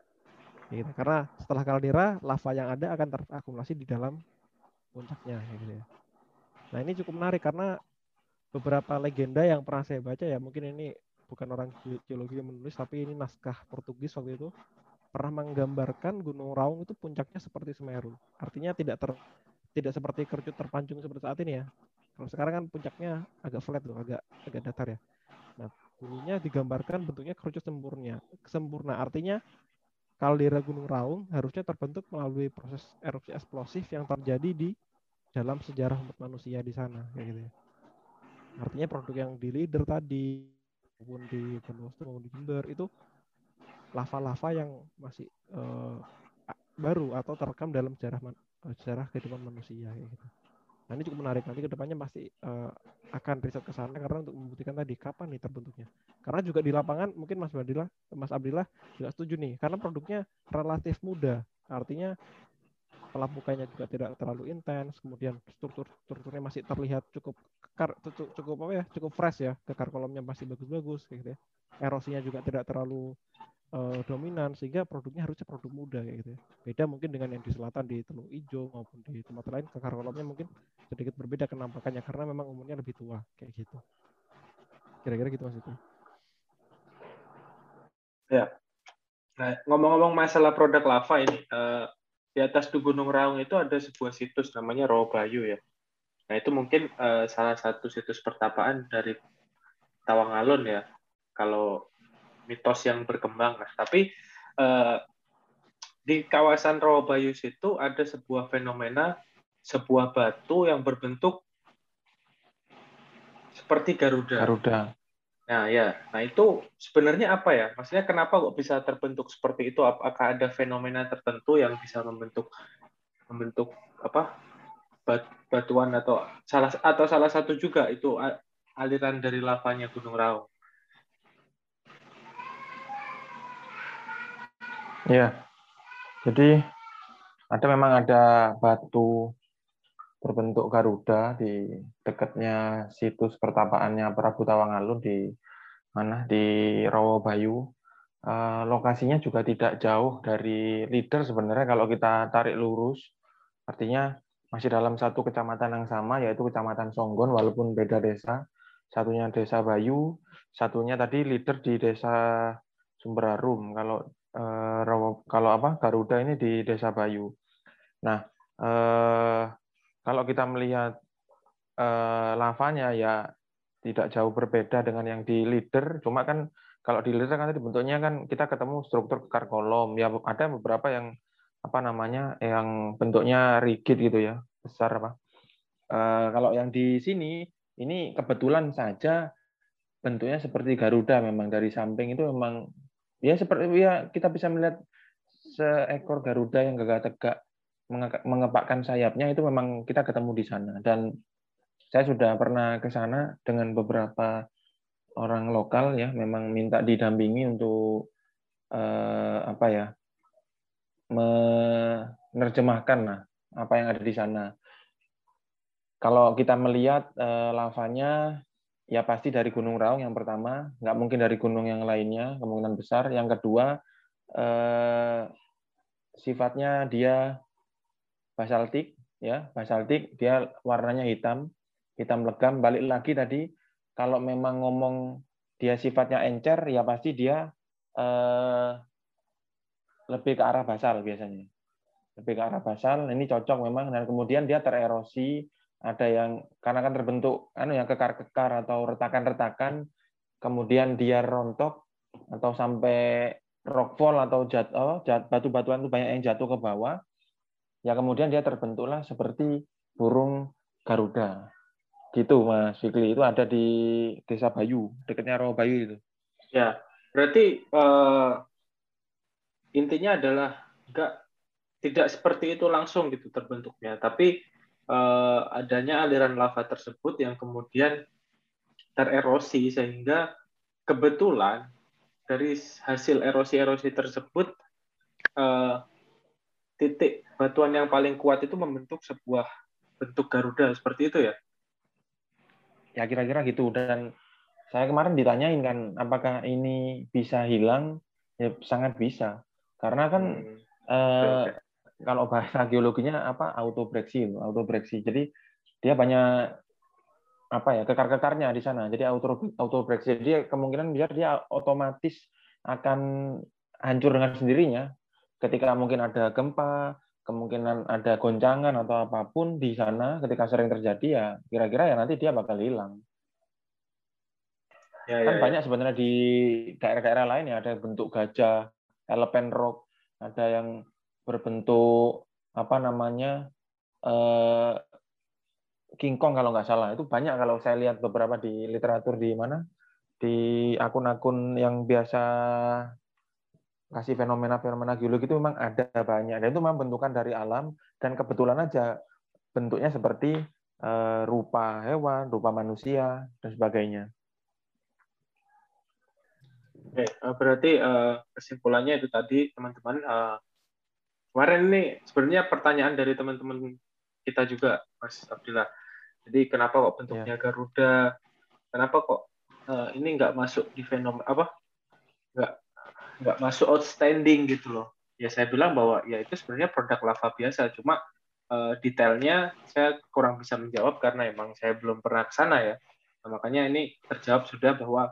Gitu. Karena setelah kaldera lava yang ada akan terakumulasi di dalam puncaknya kayak gitu ya. Nah, ini cukup menarik karena beberapa legenda yang pernah saya baca ya, mungkin ini bukan orang geologi yang menulis tapi ini naskah Portugis waktu itu pernah menggambarkan Gunung Raung itu puncaknya seperti Semeru. Artinya tidak seperti kerucut terpancung seperti saat ini ya. Kalau sekarang kan puncaknya agak flat loh, agak datar ya. Nah, dulunya digambarkan bentuknya kerucut sempurna. Artinya kaldera Gunung Raung harusnya terbentuk melalui proses erupsi eksplosif yang terjadi di dalam sejarah umat manusia di sana kayak gitu ya. Artinya produk yang di Leader tadi maupun di Bondowoso maupun di Jember itu lava-lava yang masih baru atau terekam dalam sejarah kehidupan manusia kayak gitu. Nah, ini cukup menarik. Nanti kedepannya pasti akan riset ke sana karena untuk membuktikan tadi kapan nih terbentuknya. Karena juga di lapangan mungkin Mas Abdillah juga setuju nih karena produknya relatif muda. Artinya pelapukannya juga tidak terlalu intens, kemudian strukturnya masih terlihat cukup cukup fresh ya, kekar kolomnya masih bagus-bagus kayak gitu ya. Erosinya juga tidak terlalu dominan sehingga produknya harusnya produk muda kayak gitu ya. Beda mungkin dengan yang di selatan di Teluk Ijo maupun di tempat lain kekar kolomnya mungkin sedikit berbeda kenampakannya karena memang umurnya lebih tua kayak gitu. Kira-kira gitu Mas itu. Ya. Nah, ngomong-ngomong masalah produk lava ini, di atas di Gunung Raung itu ada sebuah situs namanya Rawabayu ya. Nah, itu mungkin salah satu situs pertapaan dari Tawangalun ya. Kalau mitos yang berkembang. Nah, tapi di kawasan Rawabayu itu ada sebuah fenomena, sebuah batu yang berbentuk seperti Garuda. Nah, ya. Nah, itu sebenarnya apa ya? Maksudnya kenapa kok bisa terbentuk seperti itu? Apakah ada fenomena tertentu yang bisa membentuk apa? Batuan atau salah satu juga itu aliran dari lavanya Gunung Raung. Ya, jadi memang ada batu berbentuk Garuda di dekatnya situs pertapaannya Prabu Tawangalun di Rawabayu. Lokasinya juga tidak jauh dari Leader sebenarnya kalau kita tarik lurus. Artinya masih dalam satu kecamatan yang sama, yaitu Kecamatan Songgon, walaupun beda desa. Satunya Desa Bayu, satunya tadi Leader di Desa Sumberarum. Kalau Garuda ini di Desa Bayu. Nah, kalau kita melihat lavanya ya tidak jauh berbeda dengan yang di Leader, cuma kan kalau di Leader kan tadi bentuknya kan kita ketemu struktur kekar kolom, ya ada beberapa yang yang bentuknya rigid gitu ya, besar apa. Kalau yang di sini ini kebetulan saja bentuknya seperti Garuda, memang dari samping itu memang ya seperti ya kita bisa melihat seekor Garuda yang gagah tegak mengepakkan sayapnya, itu memang kita ketemu di sana. Dan saya sudah pernah ke sana dengan beberapa orang lokal ya, memang minta didampingi untuk menerjemahkan apa yang ada di sana. Kalau kita melihat lavanya ya pasti dari Gunung Raung yang pertama, nggak mungkin dari gunung yang lainnya, kemungkinan besar. Yang kedua sifatnya dia basaltik ya, basaltik, dia warnanya hitam legam. Balik lagi tadi, kalau memang ngomong dia sifatnya encer, ya pasti dia lebih ke arah basal biasanya. Lebih ke arah basal, ini cocok memang. Dan kemudian dia tererosi, ada yang karena kan terbentuk yang kekar-kekar atau retakan-retakan, kemudian dia rontok atau sampai rockfall atau batu-batuan itu banyak yang jatuh ke bawah. Ya kemudian dia terbentuklah seperti burung Garuda. Gitu Mas Fikri, itu ada di Desa Bayu, dekatnya Rawabayu itu. Ya, berarti intinya adalah tidak seperti itu langsung gitu terbentuknya, tapi adanya aliran lava tersebut yang kemudian tererosi sehingga kebetulan dari hasil erosi-erosi tersebut titik batuan yang paling kuat itu membentuk sebuah bentuk Garuda seperti itu ya? Ya kira-kira gitu. Dan saya kemarin ditanyain kan, apakah ini bisa hilang? Ya sangat bisa. Karena kan Okay. kalau bahasa geologinya autobreksi. Jadi dia banyak kekar-kekarnya di sana. Jadi autobreksi. Jadi kemungkinan dia otomatis akan hancur dengan sendirinya ketika mungkin ada gempa, kemungkinan ada goncangan atau apapun di sana ketika sering terjadi, ya kira-kira ya nanti dia bakal hilang. Kan banyak sebenarnya di daerah-daerah lain ya, ada bentuk gajah, elephant rock, ada yang berbentuk King Kong kalau nggak salah. Itu banyak kalau saya lihat beberapa di literatur di akun-akun yang biasa kasih fenomena-fenomena geologi, itu memang ada banyak. Dan itu memang bentukan dari alam, dan kebetulan aja bentuknya seperti rupa hewan, rupa manusia, dan sebagainya. Oke, berarti kesimpulannya itu tadi teman-teman. Kemarin ini sebenarnya pertanyaan dari teman-teman kita juga, Mas Abdillah. Jadi kenapa kok bentuknya Garuda? Kenapa kok ini nggak masuk di fenomena nggak masuk outstanding gitu loh? Ya saya bilang bahwa ya itu sebenarnya produk lava biasa, cuma detailnya saya kurang bisa menjawab karena emang saya belum pernah ke sana ya. Nah, makanya ini terjawab sudah bahwa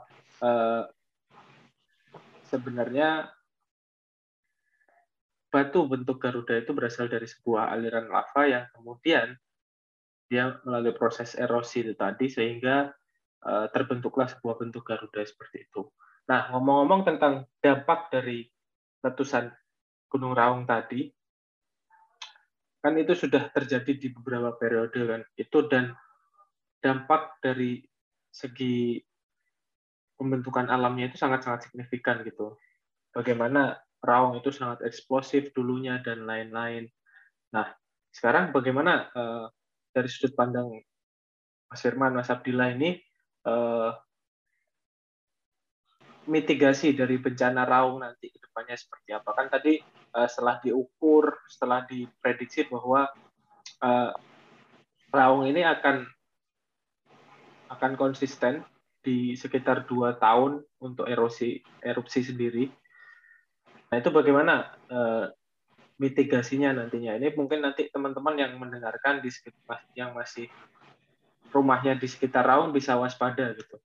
sebenarnya batu bentuk Garuda itu berasal dari sebuah aliran lava yang kemudian dia melalui proses erosi itu tadi sehingga terbentuklah sebuah bentuk Garuda seperti itu. Nah, ngomong-ngomong tentang dampak dari letusan Gunung Raung tadi, kan itu sudah terjadi di beberapa periode kan. Itu dan dampak dari segi pembentukan alamnya itu sangat-sangat signifikan gitu. Bagaimana Raung itu sangat eksplosif dulunya dan lain-lain. Nah, sekarang bagaimana dari sudut pandang Mas Firman, Mas Abdillah ini mitigasi dari bencana Raung nanti ke depannya seperti apa? Kan tadi setelah diukur, setelah diprediksi bahwa Raung ini akan konsisten di sekitar 2 tahun untuk erupsi sendiri. Nah, itu bagaimana mitigasinya nantinya? Ini mungkin nanti teman-teman yang mendengarkan di sekitar, yang masih rumahnya di sekitar Raung bisa waspada gitu.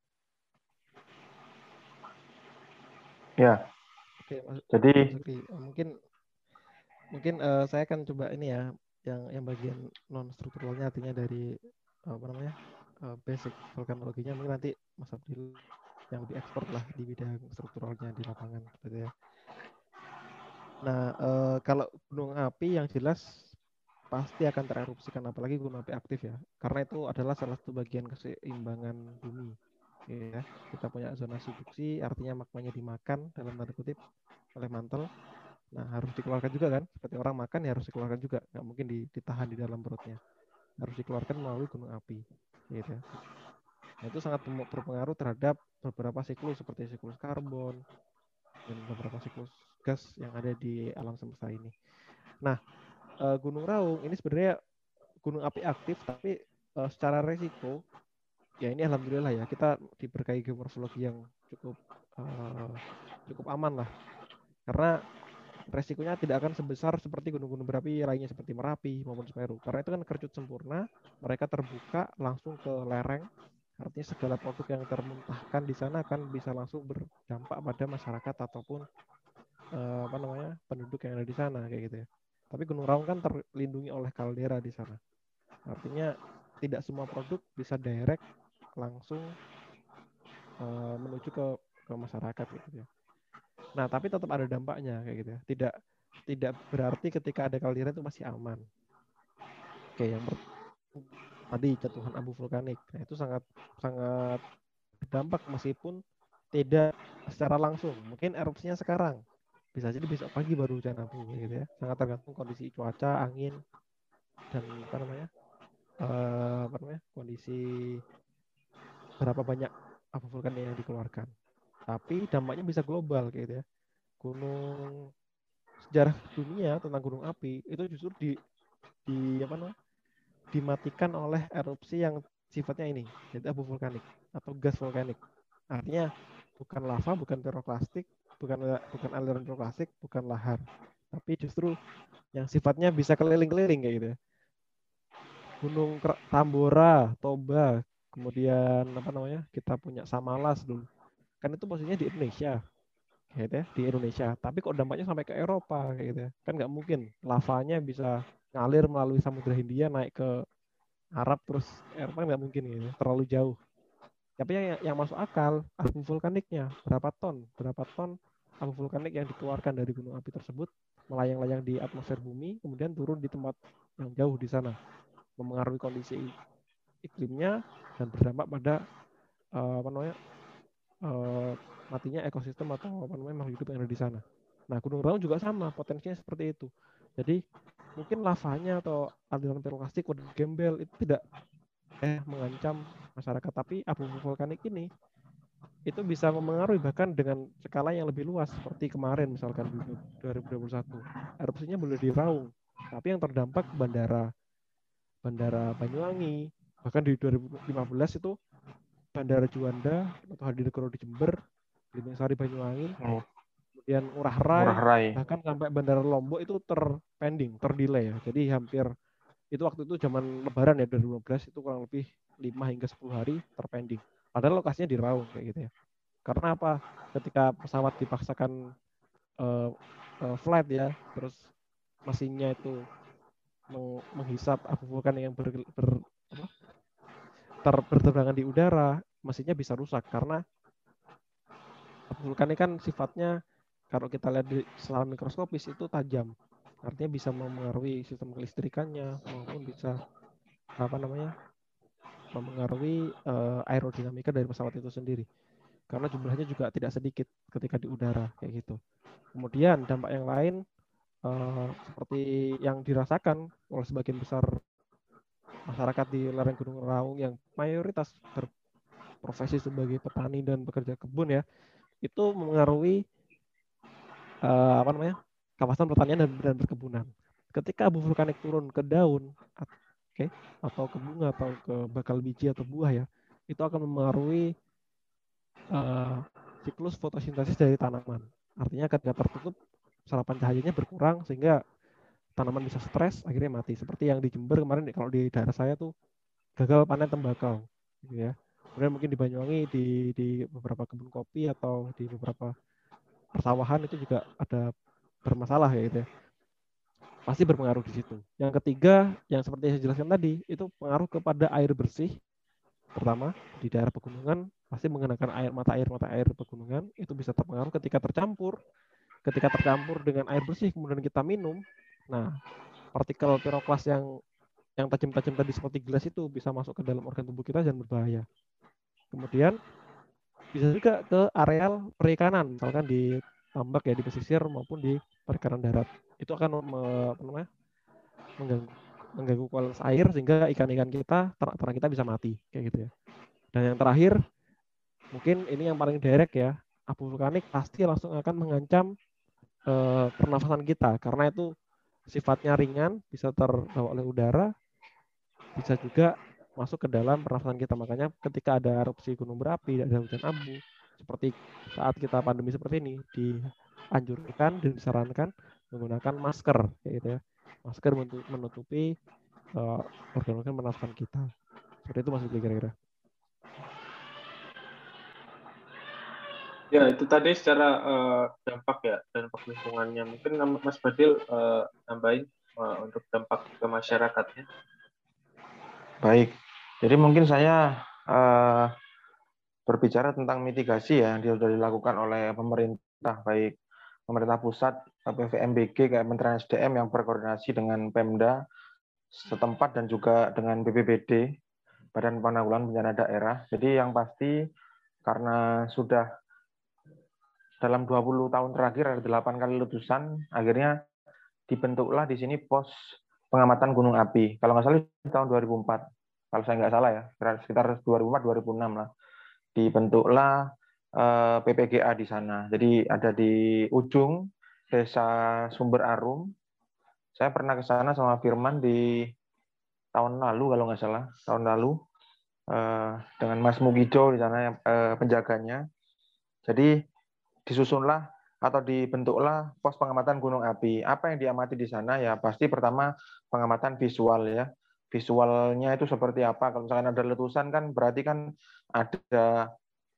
Ya. Oke, Jadi Mas Ukri, mungkin saya akan coba ini ya, yang bagian non strukturalnya, artinya dari apa namanya basic vulkanologinya, mungkin nanti Mas Abdul yang lebih expert lah di bidang strukturalnya di lapangan gitu ya. Nah, kalau gunung api yang jelas pasti akan tererupsikan, apalagi gunung api aktif ya, karena itu adalah salah satu bagian keseimbangan bumi. Ya, kita punya zona subduksi, artinya magmanya dimakan dalam tanda kutip oleh mantel. Nah, harus dikeluarkan juga kan, seperti orang makan ya harus dikeluarkan juga, nggak mungkin ditahan di dalam perutnya, harus dikeluarkan melalui gunung api, gitu ya. Nah, itu sangat berpengaruh terhadap beberapa siklus seperti siklus karbon dan beberapa siklus gas yang ada di alam semesta ini. Nah, Gunung Raung ini sebenarnya gunung api aktif, tapi secara resiko ya ini alhamdulillah ya kita diberkahi geomorfologi yang cukup aman lah, karena resikonya tidak akan sebesar seperti gunung-gunung berapi lainnya seperti Merapi maupun Semeru, karena itu kan kercut sempurna, mereka terbuka langsung ke lereng, artinya segala produk yang termuntahkan di sana akan bisa langsung berdampak pada masyarakat ataupun penduduk yang ada di sana kayak gitu ya. Tapi Gunung Raung kan terlindungi oleh kaldera di sana, artinya tidak semua produk bisa direct langsung menuju ke masyarakat gitu ya. Nah, tapi tetap ada dampaknya kayak gitu ya. Tidak berarti ketika ada kaldera itu masih aman. Oke, yang tadi jatuhan abu vulkanik. Nah, itu sangat berdampak meskipun tidak secara langsung. Mungkin erupsinya sekarang, bisa jadi besok pagi baru hujan abu gitu ya. Sangat tergantung kondisi cuaca, angin, dan kondisi berapa banyak abu vulkanik yang dikeluarkan. Tapi dampaknya bisa global gitu ya. Gunung sejarah dunia tentang gunung api itu justru dimatikan oleh erupsi yang sifatnya ini, jadi abu vulkanik atau gas vulkanik. Artinya bukan lava, bukan piroklastik, bukan aliran piroklastik, bukan lahar, tapi justru yang sifatnya bisa keliling-keliling kayak gitu ya. Gunung Tambora, Toba, kemudian kita punya Samalas dulu. Kan itu posisinya di Indonesia, gitu ya, di Indonesia. Tapi kok dampaknya sampai ke Eropa kayak gitu ya. Kan nggak mungkin lavanya bisa ngalir melalui Samudra Hindia naik ke Arab terus Eropa, nggak mungkin gitu, terlalu jauh. Tapi yang masuk akal abu vulkaniknya berapa ton abu vulkanik yang dikeluarkan dari gunung api tersebut melayang-layang di atmosfer bumi, kemudian turun di tempat yang jauh di sana, mempengaruhi kondisi iklimnya dan berdampak pada matinya ekosistem atau makhluk hidup yang ada di sana. Nah, Gunung Raung juga sama, potensinya seperti itu. Jadi mungkin lavanya atau aliran piroklastik udah gembel itu tidak mengancam masyarakat, tapi abu vulkanik ini itu bisa mempengaruhi bahkan dengan skala yang lebih luas, seperti kemarin misalkan di 2021 erupsinya boleh di Raung, tapi yang terdampak bandara Banyuwangi, bahkan di 2015 itu Bandara Juanda atau Hadinegoro di Jember, Belimbing Sari Banyuwangi, kemudian Ngurah Rai, bahkan sampai Bandara Lombok itu terdelay ya. Jadi hampir itu waktu itu zaman Lebaran ya 2015 itu kurang lebih 5 hingga 10 hari terpending. Padahal lokasinya di Raung kayak gitu ya. Karena apa? Ketika pesawat dipaksakan flight ya, terus mesinnya itu menghisap abu vulkanik yang berterbangan di udara, mesinnya bisa rusak karena abu vulkanik kan sifatnya kalau kita lihat secara mikroskopis itu tajam, artinya bisa mempengaruhi sistem kelistrikannya maupun bisa mempengaruhi aerodinamika dari pesawat itu sendiri. karena jumlahnya juga tidak sedikit ketika di udara kayak gitu. Kemudian dampak yang lain seperti yang dirasakan oleh sebagian besar masyarakat di lereng Gunung Raung yang mayoritas berprofesi sebagai petani dan pekerja kebun ya, itu mengaruhi kawasan pertanian dan perkebunan. Ketika abu vulkanik turun ke daun, atau ke bunga atau ke bakal biji atau buah ya, itu akan mempengaruhi siklus fotosintesis dari tanaman. Artinya ketika tertutup, serapan cahayanya berkurang sehingga tanaman bisa stres, akhirnya mati. Seperti yang di Jember kemarin, kalau di daerah saya tuh gagal panen tembakau, gitu ya. Kemudian mungkin di Banyuwangi di beberapa kebun kopi atau di beberapa persawahan itu juga ada bermasalah ya gitu ya. Pasti berpengaruh di situ. Yang ketiga, yang seperti yang saya jelaskan tadi, itu pengaruh kepada air bersih. Pertama, di daerah pegunungan pasti menggunakan mata air pegunungan itu bisa terpengaruh ketika tercampur dengan air bersih kemudian kita minum. Nah, partikel piroklas yang tajam-tajam tadi seperti gelas itu bisa masuk ke dalam organ tubuh kita dan berbahaya. Kemudian bisa juga ke areal perikanan, misalkan di tambak ya, di pesisir maupun di perikanan darat. Itu akan mengganggu kualitas air sehingga ikan-ikan kita, ternak kita bisa mati kayak gitu ya. Dan yang terakhir, mungkin ini yang paling direct ya, abu vulkanik pasti langsung akan mengancam pernafasan kita karena itu sifatnya ringan, bisa terbawa oleh udara, bisa juga masuk ke dalam pernafasan kita. Makanya ketika ada erupsi gunung berapi, ada hujan abu, seperti saat kita pandemi seperti ini, dianjurkan dan disarankan menggunakan masker, kayak gitu ya. Masker menutupi organ-organ pernafasan kita. Seperti itu Mas Budi kira-kira. Ya, itu tadi secara dampak ya, dampak lingkungannya. Mungkin Mas Badil tambahin untuk dampak ke masyarakatnya. Baik, jadi mungkin saya berbicara tentang mitigasi ya yang sudah dilakukan oleh pemerintah, baik pemerintah pusat, PVMBG, kayak Kementerian SDM yang berkoordinasi dengan Pemda setempat dan juga dengan BPBD, Badan Penanggulangan Bencana Daerah. Jadi yang pasti karena sudah dalam 20 tahun terakhir ada 8 kali letusan, akhirnya dibentuklah di sini pos pengamatan gunung api. Kalau nggak salah di tahun 2004, kalau saya nggak salah ya, sekitar 2004-2006 lah. Dibentuklah PPGA di sana. Jadi ada di ujung desa Sumber Arum. Saya pernah ke sana sama Firman di tahun lalu kalau nggak salah, tahun lalu dengan Mas Mugido di sana yang penjaganya. Jadi disusunlah atau dibentuklah pos pengamatan gunung api. Apa yang diamati di sana ya pasti pertama pengamatan visual ya. Visualnya itu seperti apa? Kalau misalkan ada letusan kan berarti kan ada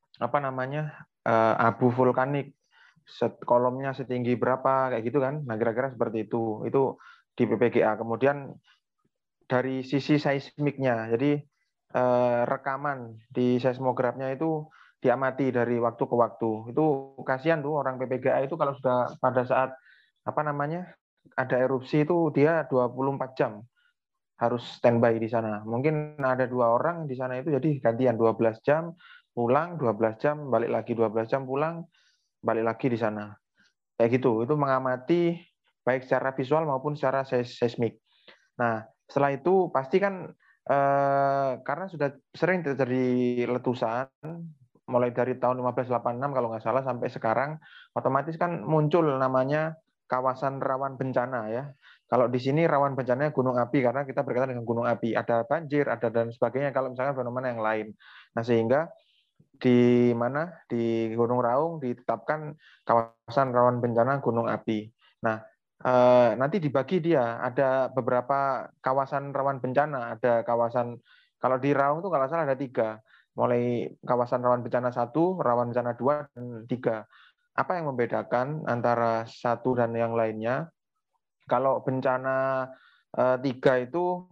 abu vulkanik, kolomnya setinggi berapa kayak gitu kan. Nah kira-kira seperti itu. Itu di PPGA. Kemudian dari sisi seismiknya, jadi rekaman di seismografnya itu diamati dari waktu ke waktu. Itu kasihan tuh orang PPGA itu kalau sudah pada saat ada erupsi itu dia 24 jam harus standby di sana. Mungkin ada 2 orang di sana itu jadi gantian 12 jam pulang, 12 jam balik lagi, 12 jam pulang, balik lagi di sana. Kayak gitu. Itu mengamati baik secara visual maupun secara seismik. Nah, setelah itu pasti kan karena sudah sering terjadi letusan mulai dari tahun 1586 kalau nggak salah sampai sekarang, otomatis kan muncul namanya kawasan rawan bencana ya. Kalau di sini rawan bencananya gunung api karena kita berkaitan dengan gunung api, ada banjir, ada dan sebagainya kalau misalnya fenomena yang lain. Nah, sehingga di Gunung Raung ditetapkan kawasan rawan bencana gunung api. Nah, nanti dibagi dia ada beberapa kawasan rawan bencana, ada kawasan kalau di Raung itu kalau salah ada 3, mulai kawasan rawan bencana 1, rawan bencana 2 dan 3. Apa yang membedakan antara satu dan yang lainnya? Kalau bencana 3 itu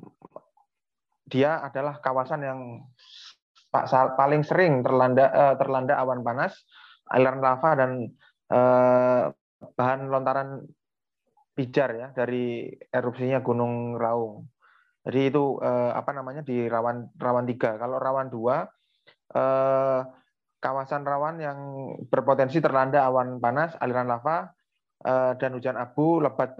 dia adalah kawasan yang paling sering terlanda awan panas, aliran lava dan bahan lontaran pijar ya dari erupsinya Gunung Raung. Jadi itu di rawan 3. Kalau rawan 2 kawasan rawan yang berpotensi terlanda awan panas, aliran lava, dan hujan abu lebat.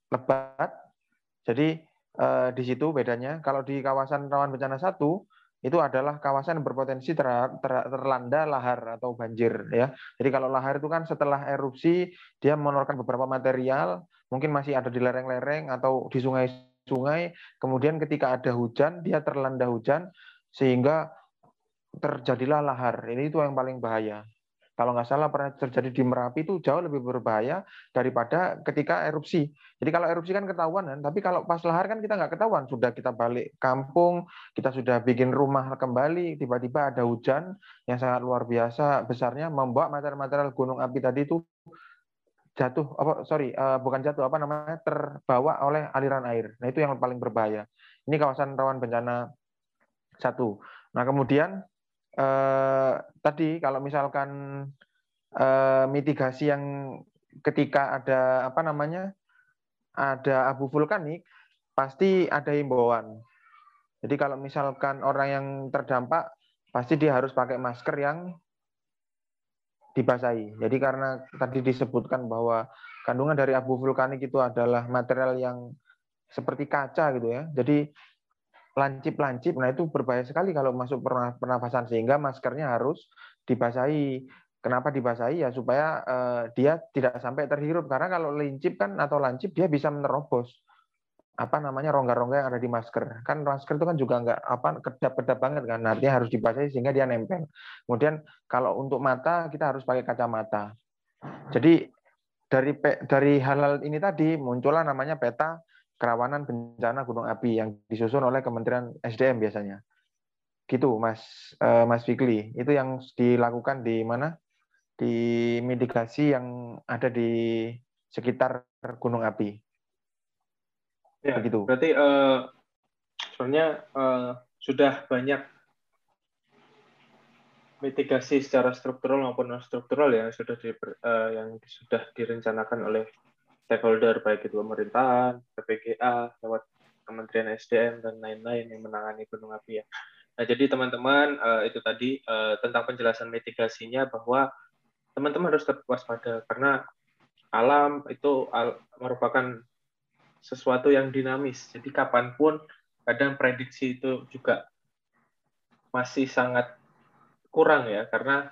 Jadi di situ bedanya. Kalau di kawasan rawan bencana 1 itu adalah kawasan yang berpotensi terlanda lahar atau banjir ya. Jadi kalau lahar itu kan setelah erupsi dia mengeluarkan beberapa material, mungkin masih ada di lereng-lereng atau di sungai-sungai. Kemudian ketika ada hujan dia terlanda hujan sehingga terjadilah lahar. Ini itu yang paling bahaya. Kalau nggak salah pernah terjadi di Merapi itu jauh lebih berbahaya daripada ketika erupsi. Jadi kalau erupsi kan ketahuan kan, tapi kalau pas lahar kan kita nggak ketahuan. Sudah kita balik kampung, kita sudah bikin rumah kembali, tiba-tiba ada hujan yang sangat luar biasa besarnya membawa material-material gunung api tadi itu jatuh, bukan jatuh, terbawa oleh aliran air. Nah itu yang paling berbahaya. Ini kawasan rawan bencana 1. Nah kemudian tadi kalau misalkan mitigasi yang ketika ada ada abu vulkanik pasti ada himbauan. Jadi kalau misalkan orang yang terdampak pasti dia harus pakai masker yang dibasahi. Jadi karena tadi disebutkan bahwa kandungan dari abu vulkanik itu adalah material yang seperti kaca gitu ya. Jadi lancip-lancip, nah itu berbahaya sekali kalau masuk pernafasan sehingga maskernya harus dibasahi. Kenapa dibasahi ya supaya dia tidak sampai terhirup karena kalau lincip kan atau lancip dia bisa menerobos rongga-rongga yang ada di masker. Kan masker itu kan juga nggak kedap-kedap banget kan, artinya harus dibasahi sehingga dia nempel. Kemudian kalau untuk mata kita harus pakai kacamata. Jadi dari hal-hal ini tadi muncullah namanya peta kerawanan bencana gunung api yang disusun oleh Kementerian SDM biasanya. Gitu, Mas Fikri. Itu yang dilakukan di mana? Di mitigasi yang ada di sekitar gunung api. Ya, begitu. Berarti sebenarnya sudah banyak mitigasi secara struktural maupun non struktural yang sudah direncanakan oleh stakeholder baik itu pemerintahan, PPGA, lewat Kementerian SDM dan lain-lain yang menangani gunung api ya. Nah, jadi teman-teman itu tadi tentang penjelasan mitigasinya bahwa teman-teman harus tetap waspada karena alam itu merupakan sesuatu yang dinamis. Jadi kapanpun kadang prediksi itu juga masih sangat kurang ya karena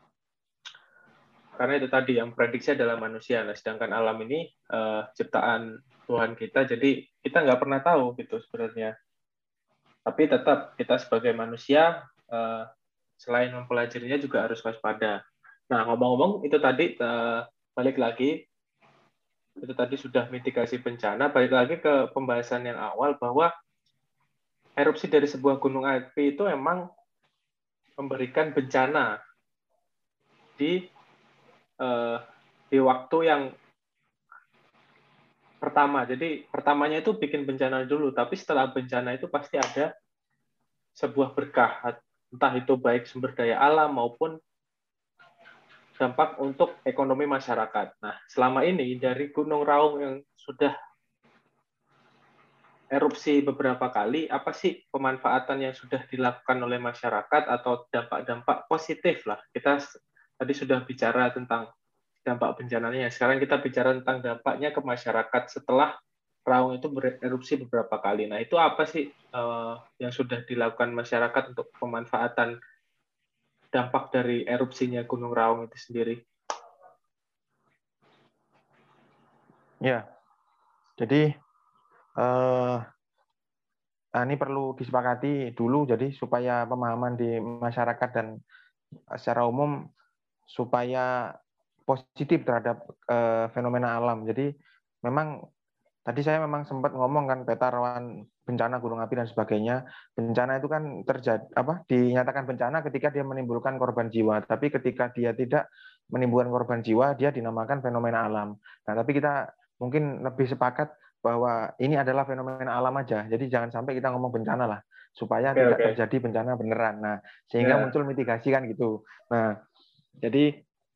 itu tadi yang prediksi adalah manusia. Nah, sedangkan alam ini ciptaan Tuhan kita, jadi kita nggak pernah tahu gitu sebenarnya. Tapi tetap kita sebagai manusia selain mempelajarinya juga harus waspada. Nah, ngomong-ngomong itu tadi balik lagi itu tadi sudah mitigasi bencana, balik lagi ke pembahasan yang awal bahwa erupsi dari sebuah gunung api itu memang memberikan bencana di waktu yang pertama. Jadi pertamanya itu bikin bencana dulu, tapi setelah bencana itu pasti ada sebuah berkah, entah itu baik sumber daya alam maupun dampak untuk ekonomi masyarakat. Nah, selama ini dari Gunung Raung yang sudah erupsi beberapa kali, apa sih pemanfaatan yang sudah dilakukan oleh masyarakat atau dampak-dampak positif lah? Kita tadi sudah bicara tentang dampak bencananya. Sekarang kita bicara tentang dampaknya ke masyarakat setelah Raung itu bererupsi beberapa kali. Nah, itu apa sih yang sudah dilakukan masyarakat untuk pemanfaatan dampak dari erupsinya Gunung Raung itu sendiri? Ya, jadi ini perlu disepakati dulu, jadi supaya pemahaman di masyarakat dan secara umum supaya positif terhadap fenomena alam. Jadi memang tadi saya memang sempat ngomong kan peta rawan bencana gunung api dan sebagainya. Bencana itu kan dinyatakan bencana ketika dia menimbulkan korban jiwa. Tapi ketika dia tidak menimbulkan korban jiwa, dia dinamakan fenomena alam. Nah, tapi kita mungkin lebih sepakat bahwa ini adalah fenomena alam aja. Jadi jangan sampai kita ngomong bencana lah, supaya tidak terjadi bencana beneran. Nah, sehingga muncul mitigasi kan gitu. Nah, jadi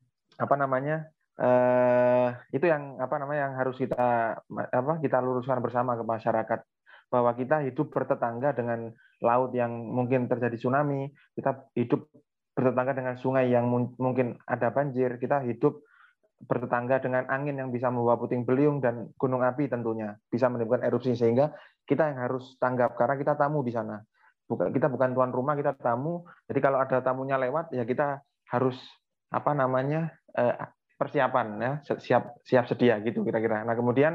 itu yang yang harus kita luruskan bersama ke masyarakat, bahwa kita hidup bertetangga dengan laut yang mungkin terjadi tsunami, kita hidup bertetangga dengan sungai yang mungkin ada banjir, kita hidup bertetangga dengan angin yang bisa membawa puting beliung dan gunung api tentunya bisa menimbulkan erupsi, sehingga kita yang harus tanggap karena kita tamu di sana. Kita bukan tuan rumah, kita tamu. Jadi kalau ada tamunya lewat ya kita harus persiapan ya, siap sedia gitu kira-kira. Nah, kemudian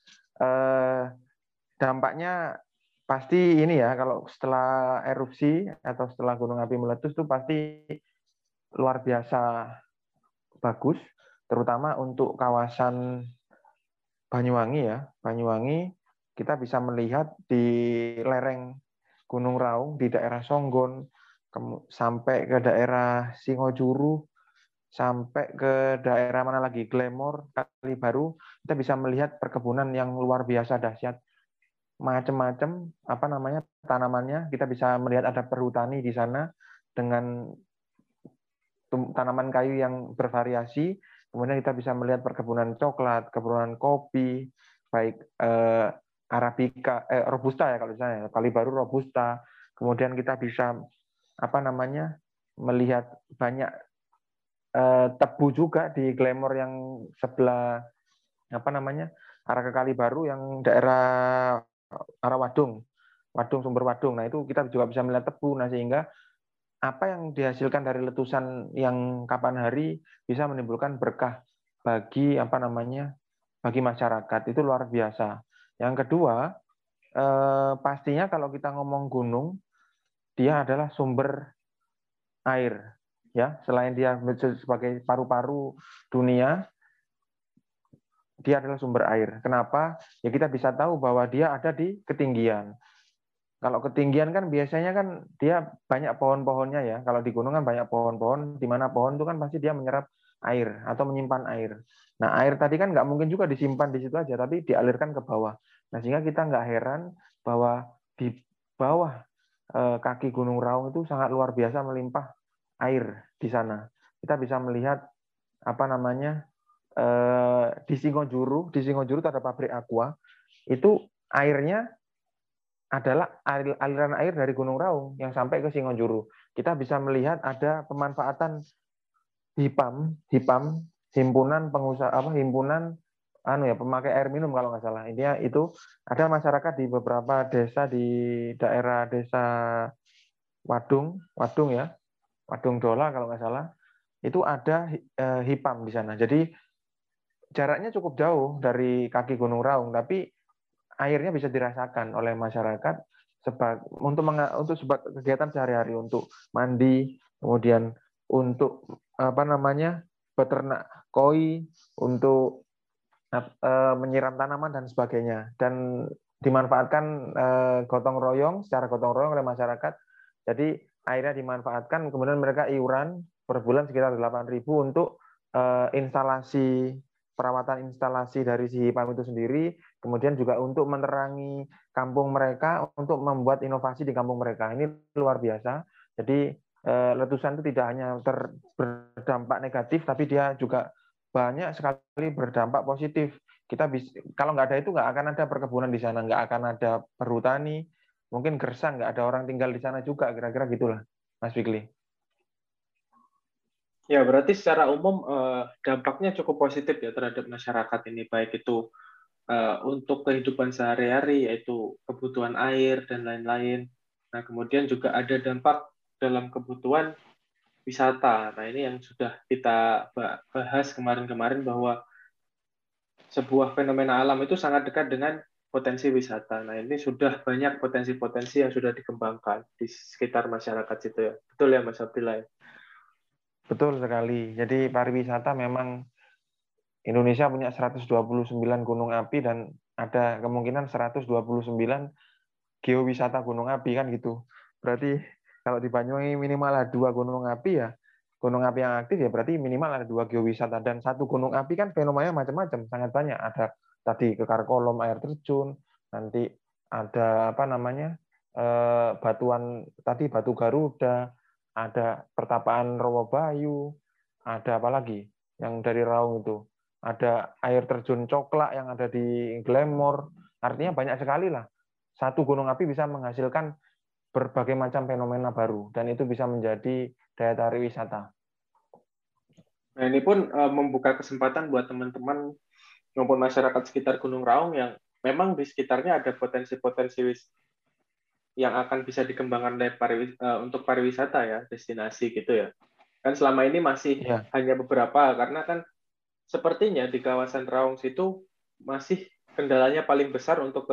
dampaknya pasti ini ya, kalau setelah erupsi atau setelah gunung api meletus itu pasti luar biasa bagus, terutama untuk kawasan Banyuwangi ya. Banyuwangi kita bisa melihat di lereng Gunung Raung, di daerah Songgon, sampai ke daerah Singojuru, sampai ke daerah mana lagi, Glemor, Kalibaru, kita bisa melihat perkebunan yang luar biasa dahsyat. Macam-macam tanamannya, kita bisa melihat ada perhutani di sana dengan tanaman kayu yang bervariasi. Kemudian kita bisa melihat perkebunan coklat, perkebunan kopi, baik Arabica, Robusta ya kalau misalnya, Kalibaru Robusta. Kemudian kita bisa melihat banyak tebu juga di Glemor yang sebelah arah ke Kalibaru yang daerah arah Wadung Sumber Wadung. Nah, itu kita juga bisa melihat tebu. Nah, sehingga apa yang dihasilkan dari letusan yang kapan hari bisa menimbulkan berkah bagi bagi masyarakat. Itu luar biasa. Yang kedua, pastinya kalau kita ngomong gunung, dia adalah sumber air. Ya, selain dia sebagai paru-paru dunia, dia adalah sumber air. Kenapa? Ya kita bisa tahu bahwa dia ada di ketinggian. Kalau ketinggian kan biasanya kan dia banyak pohon-pohonnya ya. Kalau di gunung kan banyak pohon-pohon, di mana pohon itu kan pasti dia menyerap air atau menyimpan air. Nah, air tadi kan nggak mungkin juga disimpan di situ aja, tapi dialirkan ke bawah. Nah, sehingga kita nggak heran bahwa di bawah kaki Gunung Raung itu sangat luar biasa melimpah air di sana. Kita bisa melihat di Singojuru itu ada pabrik aqua. Itu airnya adalah aliran air dari Gunung Raung yang sampai ke Singojuru. Kita bisa melihat ada pemanfaatan himpunan pemakai air minum kalau nggak salah. Intinya itu ada masyarakat di beberapa desa di daerah desa Wadung ya, Wadung Dola kalau nggak salah. Itu ada HIPAM di sana. Jadi jaraknya cukup jauh dari kaki Gunung Raung, tapi airnya bisa dirasakan oleh masyarakat untuk kegiatan sehari-hari, untuk mandi, kemudian untuk beternak koi, untuk menyiram tanaman dan sebagainya, dan dimanfaatkan secara gotong royong oleh masyarakat. Jadi airnya dimanfaatkan, kemudian mereka iuran per bulan sekitar 8.000 untuk perawatan instalasi dari si HIPAM itu sendiri, kemudian juga untuk menerangi kampung mereka, untuk membuat inovasi di kampung mereka. Ini luar biasa. Jadi letusan itu tidak hanya berdampak negatif, tapi dia juga banyak sekali berdampak positif. Kalau nggak ada itu nggak akan ada perkebunan di sana, nggak akan ada perhutani, mungkin gersang, nggak ada orang tinggal di sana juga, kira-kira gitulah, Mas Fikri. Ya, berarti secara umum dampaknya cukup positif ya terhadap masyarakat ini, baik itu untuk kehidupan sehari-hari, yaitu kebutuhan air dan lain-lain. Nah, kemudian juga ada dampak dalam kebutuhan wisata. Nah, ini yang sudah kita bahas kemarin-kemarin, bahwa sebuah fenomena alam itu sangat dekat dengan potensi wisata. Nah, ini sudah banyak potensi-potensi yang sudah dikembangkan di sekitar masyarakat situ ya. Betul ya, Mas Abdillah? Betul sekali. Jadi pariwisata memang Indonesia punya 129 gunung api dan ada kemungkinan 129 geowisata gunung api kan gitu. Berarti kalau di Banyuwangi minimal ada 2 gunung api ya. Gunung api yang aktif ya berarti minimal ada 2 geowisata, dan satu gunung api kan fenomena macam-macam, sangat banyak. Ada tadi Kekar Kolom air terjun, nanti ada batuan tadi Batu Garuda, ada pertapaan Rowobayu, ada apa lagi yang dari Raung itu, ada air terjun Coklak yang ada di Glemor. Artinya banyak sekali lah. Satu gunung api bisa menghasilkan berbagai macam fenomena baru, dan itu bisa menjadi daya tarik wisata. Nah, ini pun membuka kesempatan buat teman-teman maupun masyarakat sekitar Gunung Raung yang memang di sekitarnya ada potensi-potensi yang akan bisa dikembangkan untuk pariwisata ya, destinasi gitu ya. Kan selama ini masih hanya beberapa, karena kan sepertinya di kawasan Raung situ masih kendalanya paling besar untuk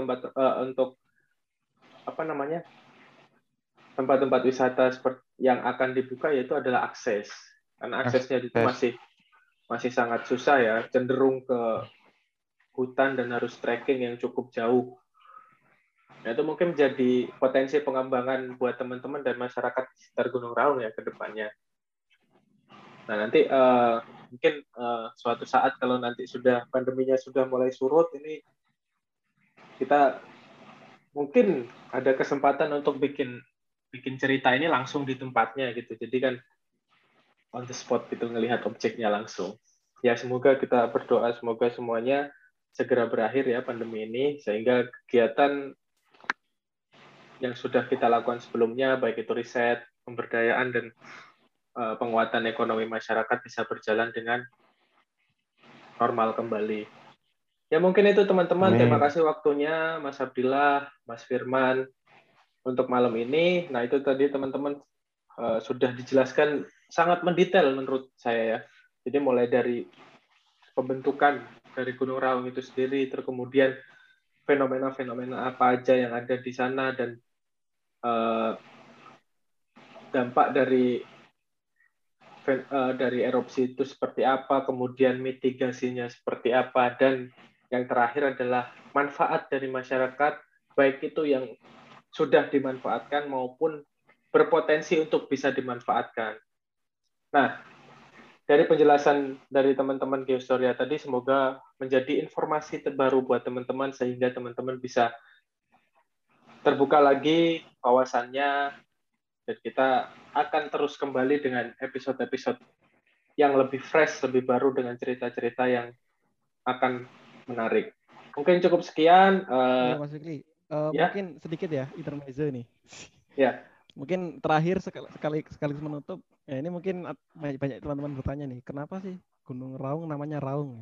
tempat-tempat wisata yang akan dibuka, yaitu adalah akses. Karena aksesnya itu masih sangat susah ya, cenderung ke hutan dan harus trekking yang cukup jauh. Nah, itu mungkin menjadi potensi pengembangan buat teman-teman dan masyarakat di sekitar Gunung Raung ya ke depannya. Nah, nanti mungkin suatu saat kalau nanti pandeminya sudah mulai surut, ini kita mungkin ada kesempatan untuk bikin cerita ini langsung di tempatnya gitu. Jadi kan on the spot gitu, ngelihat objeknya langsung. Ya, semoga kita berdoa semoga semuanya segera berakhir ya pandemi ini, sehingga kegiatan yang sudah kita lakukan sebelumnya, baik itu riset, pemberdayaan, dan penguatan ekonomi masyarakat bisa berjalan dengan normal kembali. Ya mungkin itu teman-teman. Terima kasih waktunya Mas Abdillah, Mas Firman untuk malam ini. Nah itu tadi teman-teman sudah dijelaskan sangat mendetail menurut saya ya. Jadi mulai dari pembentukan dari Gunung Raung itu sendiri, terus kemudian fenomena-fenomena apa aja yang ada di sana, dan dampak dari erupsi itu seperti apa, kemudian mitigasinya seperti apa, dan yang terakhir adalah manfaat dari masyarakat, baik itu yang sudah dimanfaatkan maupun berpotensi untuk bisa dimanfaatkan. Nah, dari penjelasan dari teman-teman Geostoria tadi, semoga menjadi informasi terbaru buat teman-teman, sehingga teman-teman bisa terbuka lagi wawasannya, dan kita akan terus kembali dengan episode-episode yang lebih fresh, lebih baru, dengan cerita-cerita yang akan menarik. Mungkin cukup sekian. Ya, Mas Fikri. Mungkin sedikit ya, intermezzo nih. Ya. Mungkin terakhir sekaligus menutup, ya ini mungkin banyak teman-teman bertanya nih, kenapa sih Gunung Raung namanya Raung?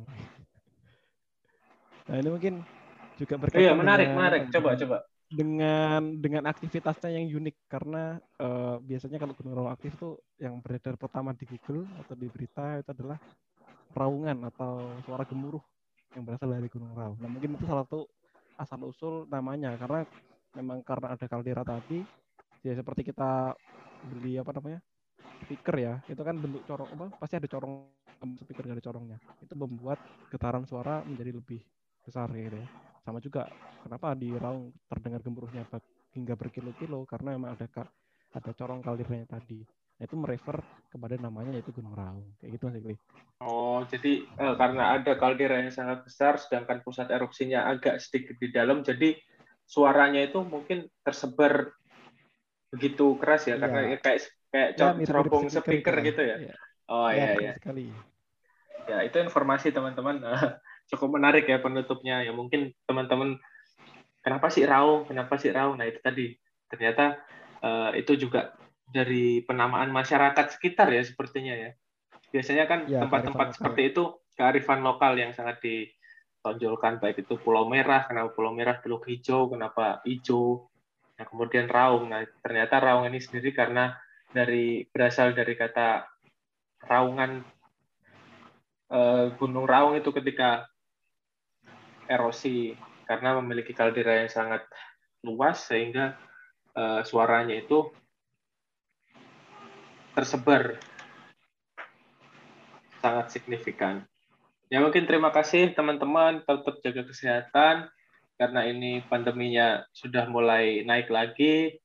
Nah ini mungkin juga berkaitan menarik. Coba. Dengan aktivitasnya yang unik, karena biasanya kalau Gunung Raung aktif tuh yang beredar pertama di Google atau di berita itu adalah raungan atau suara gemuruh yang berasal dari Gunung Raung. Nah mungkin itu salah satu asal usul namanya, karena memang karena ada kaldera tadi, ya seperti kita beli speaker ya, itu kan bentuk corong pasti ada corong, speaker dari corongnya, itu membuat getaran suara menjadi lebih besar gitu ya. Sama juga kenapa di Raung terdengar gemuruhnya hingga berkilo-kilo, karena memang ada corong kalderanya tadi. Nah, itu merefer kepada namanya, yaitu Gunung Raung. Kayak gitu Mas Ikli. Oh, jadi karena ada kaldera yang sangat besar, sedangkan pusat erupsinya agak sedikit di dalam, jadi suaranya itu mungkin tersebar begitu keras ya, karena kayak cerobong speaker gitu ya. Oh iya. Sekali. Ya, itu informasi teman-teman. Cukup menarik ya penutupnya. Ya mungkin teman-teman, kenapa sih Raung? Nah itu tadi ternyata itu juga dari penamaan masyarakat sekitar ya sepertinya ya. Biasanya kan tempat-tempat seperti itu kearifan lokal yang sangat ditonjolkan, baik itu Pulau Merah, kenapa Pulau Merah, Teluk Hijau, kenapa hijau. Nah kemudian Raung. Nah ternyata Raung ini sendiri karena berasal dari kata raungan Gunung Raung itu ketika erosi, karena memiliki kaldera yang sangat luas, sehingga suaranya itu tersebar sangat signifikan. Ya mungkin terima kasih teman-teman, tetap jaga kesehatan karena ini pandeminya sudah mulai naik lagi.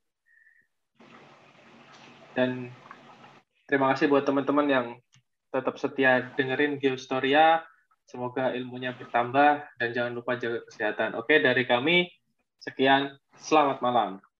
Dan terima kasih buat teman-teman yang tetap setia dengerin Geostoria. Semoga ilmunya bertambah dan jangan lupa jaga kesehatan. Oke, dari kami sekian, selamat malam.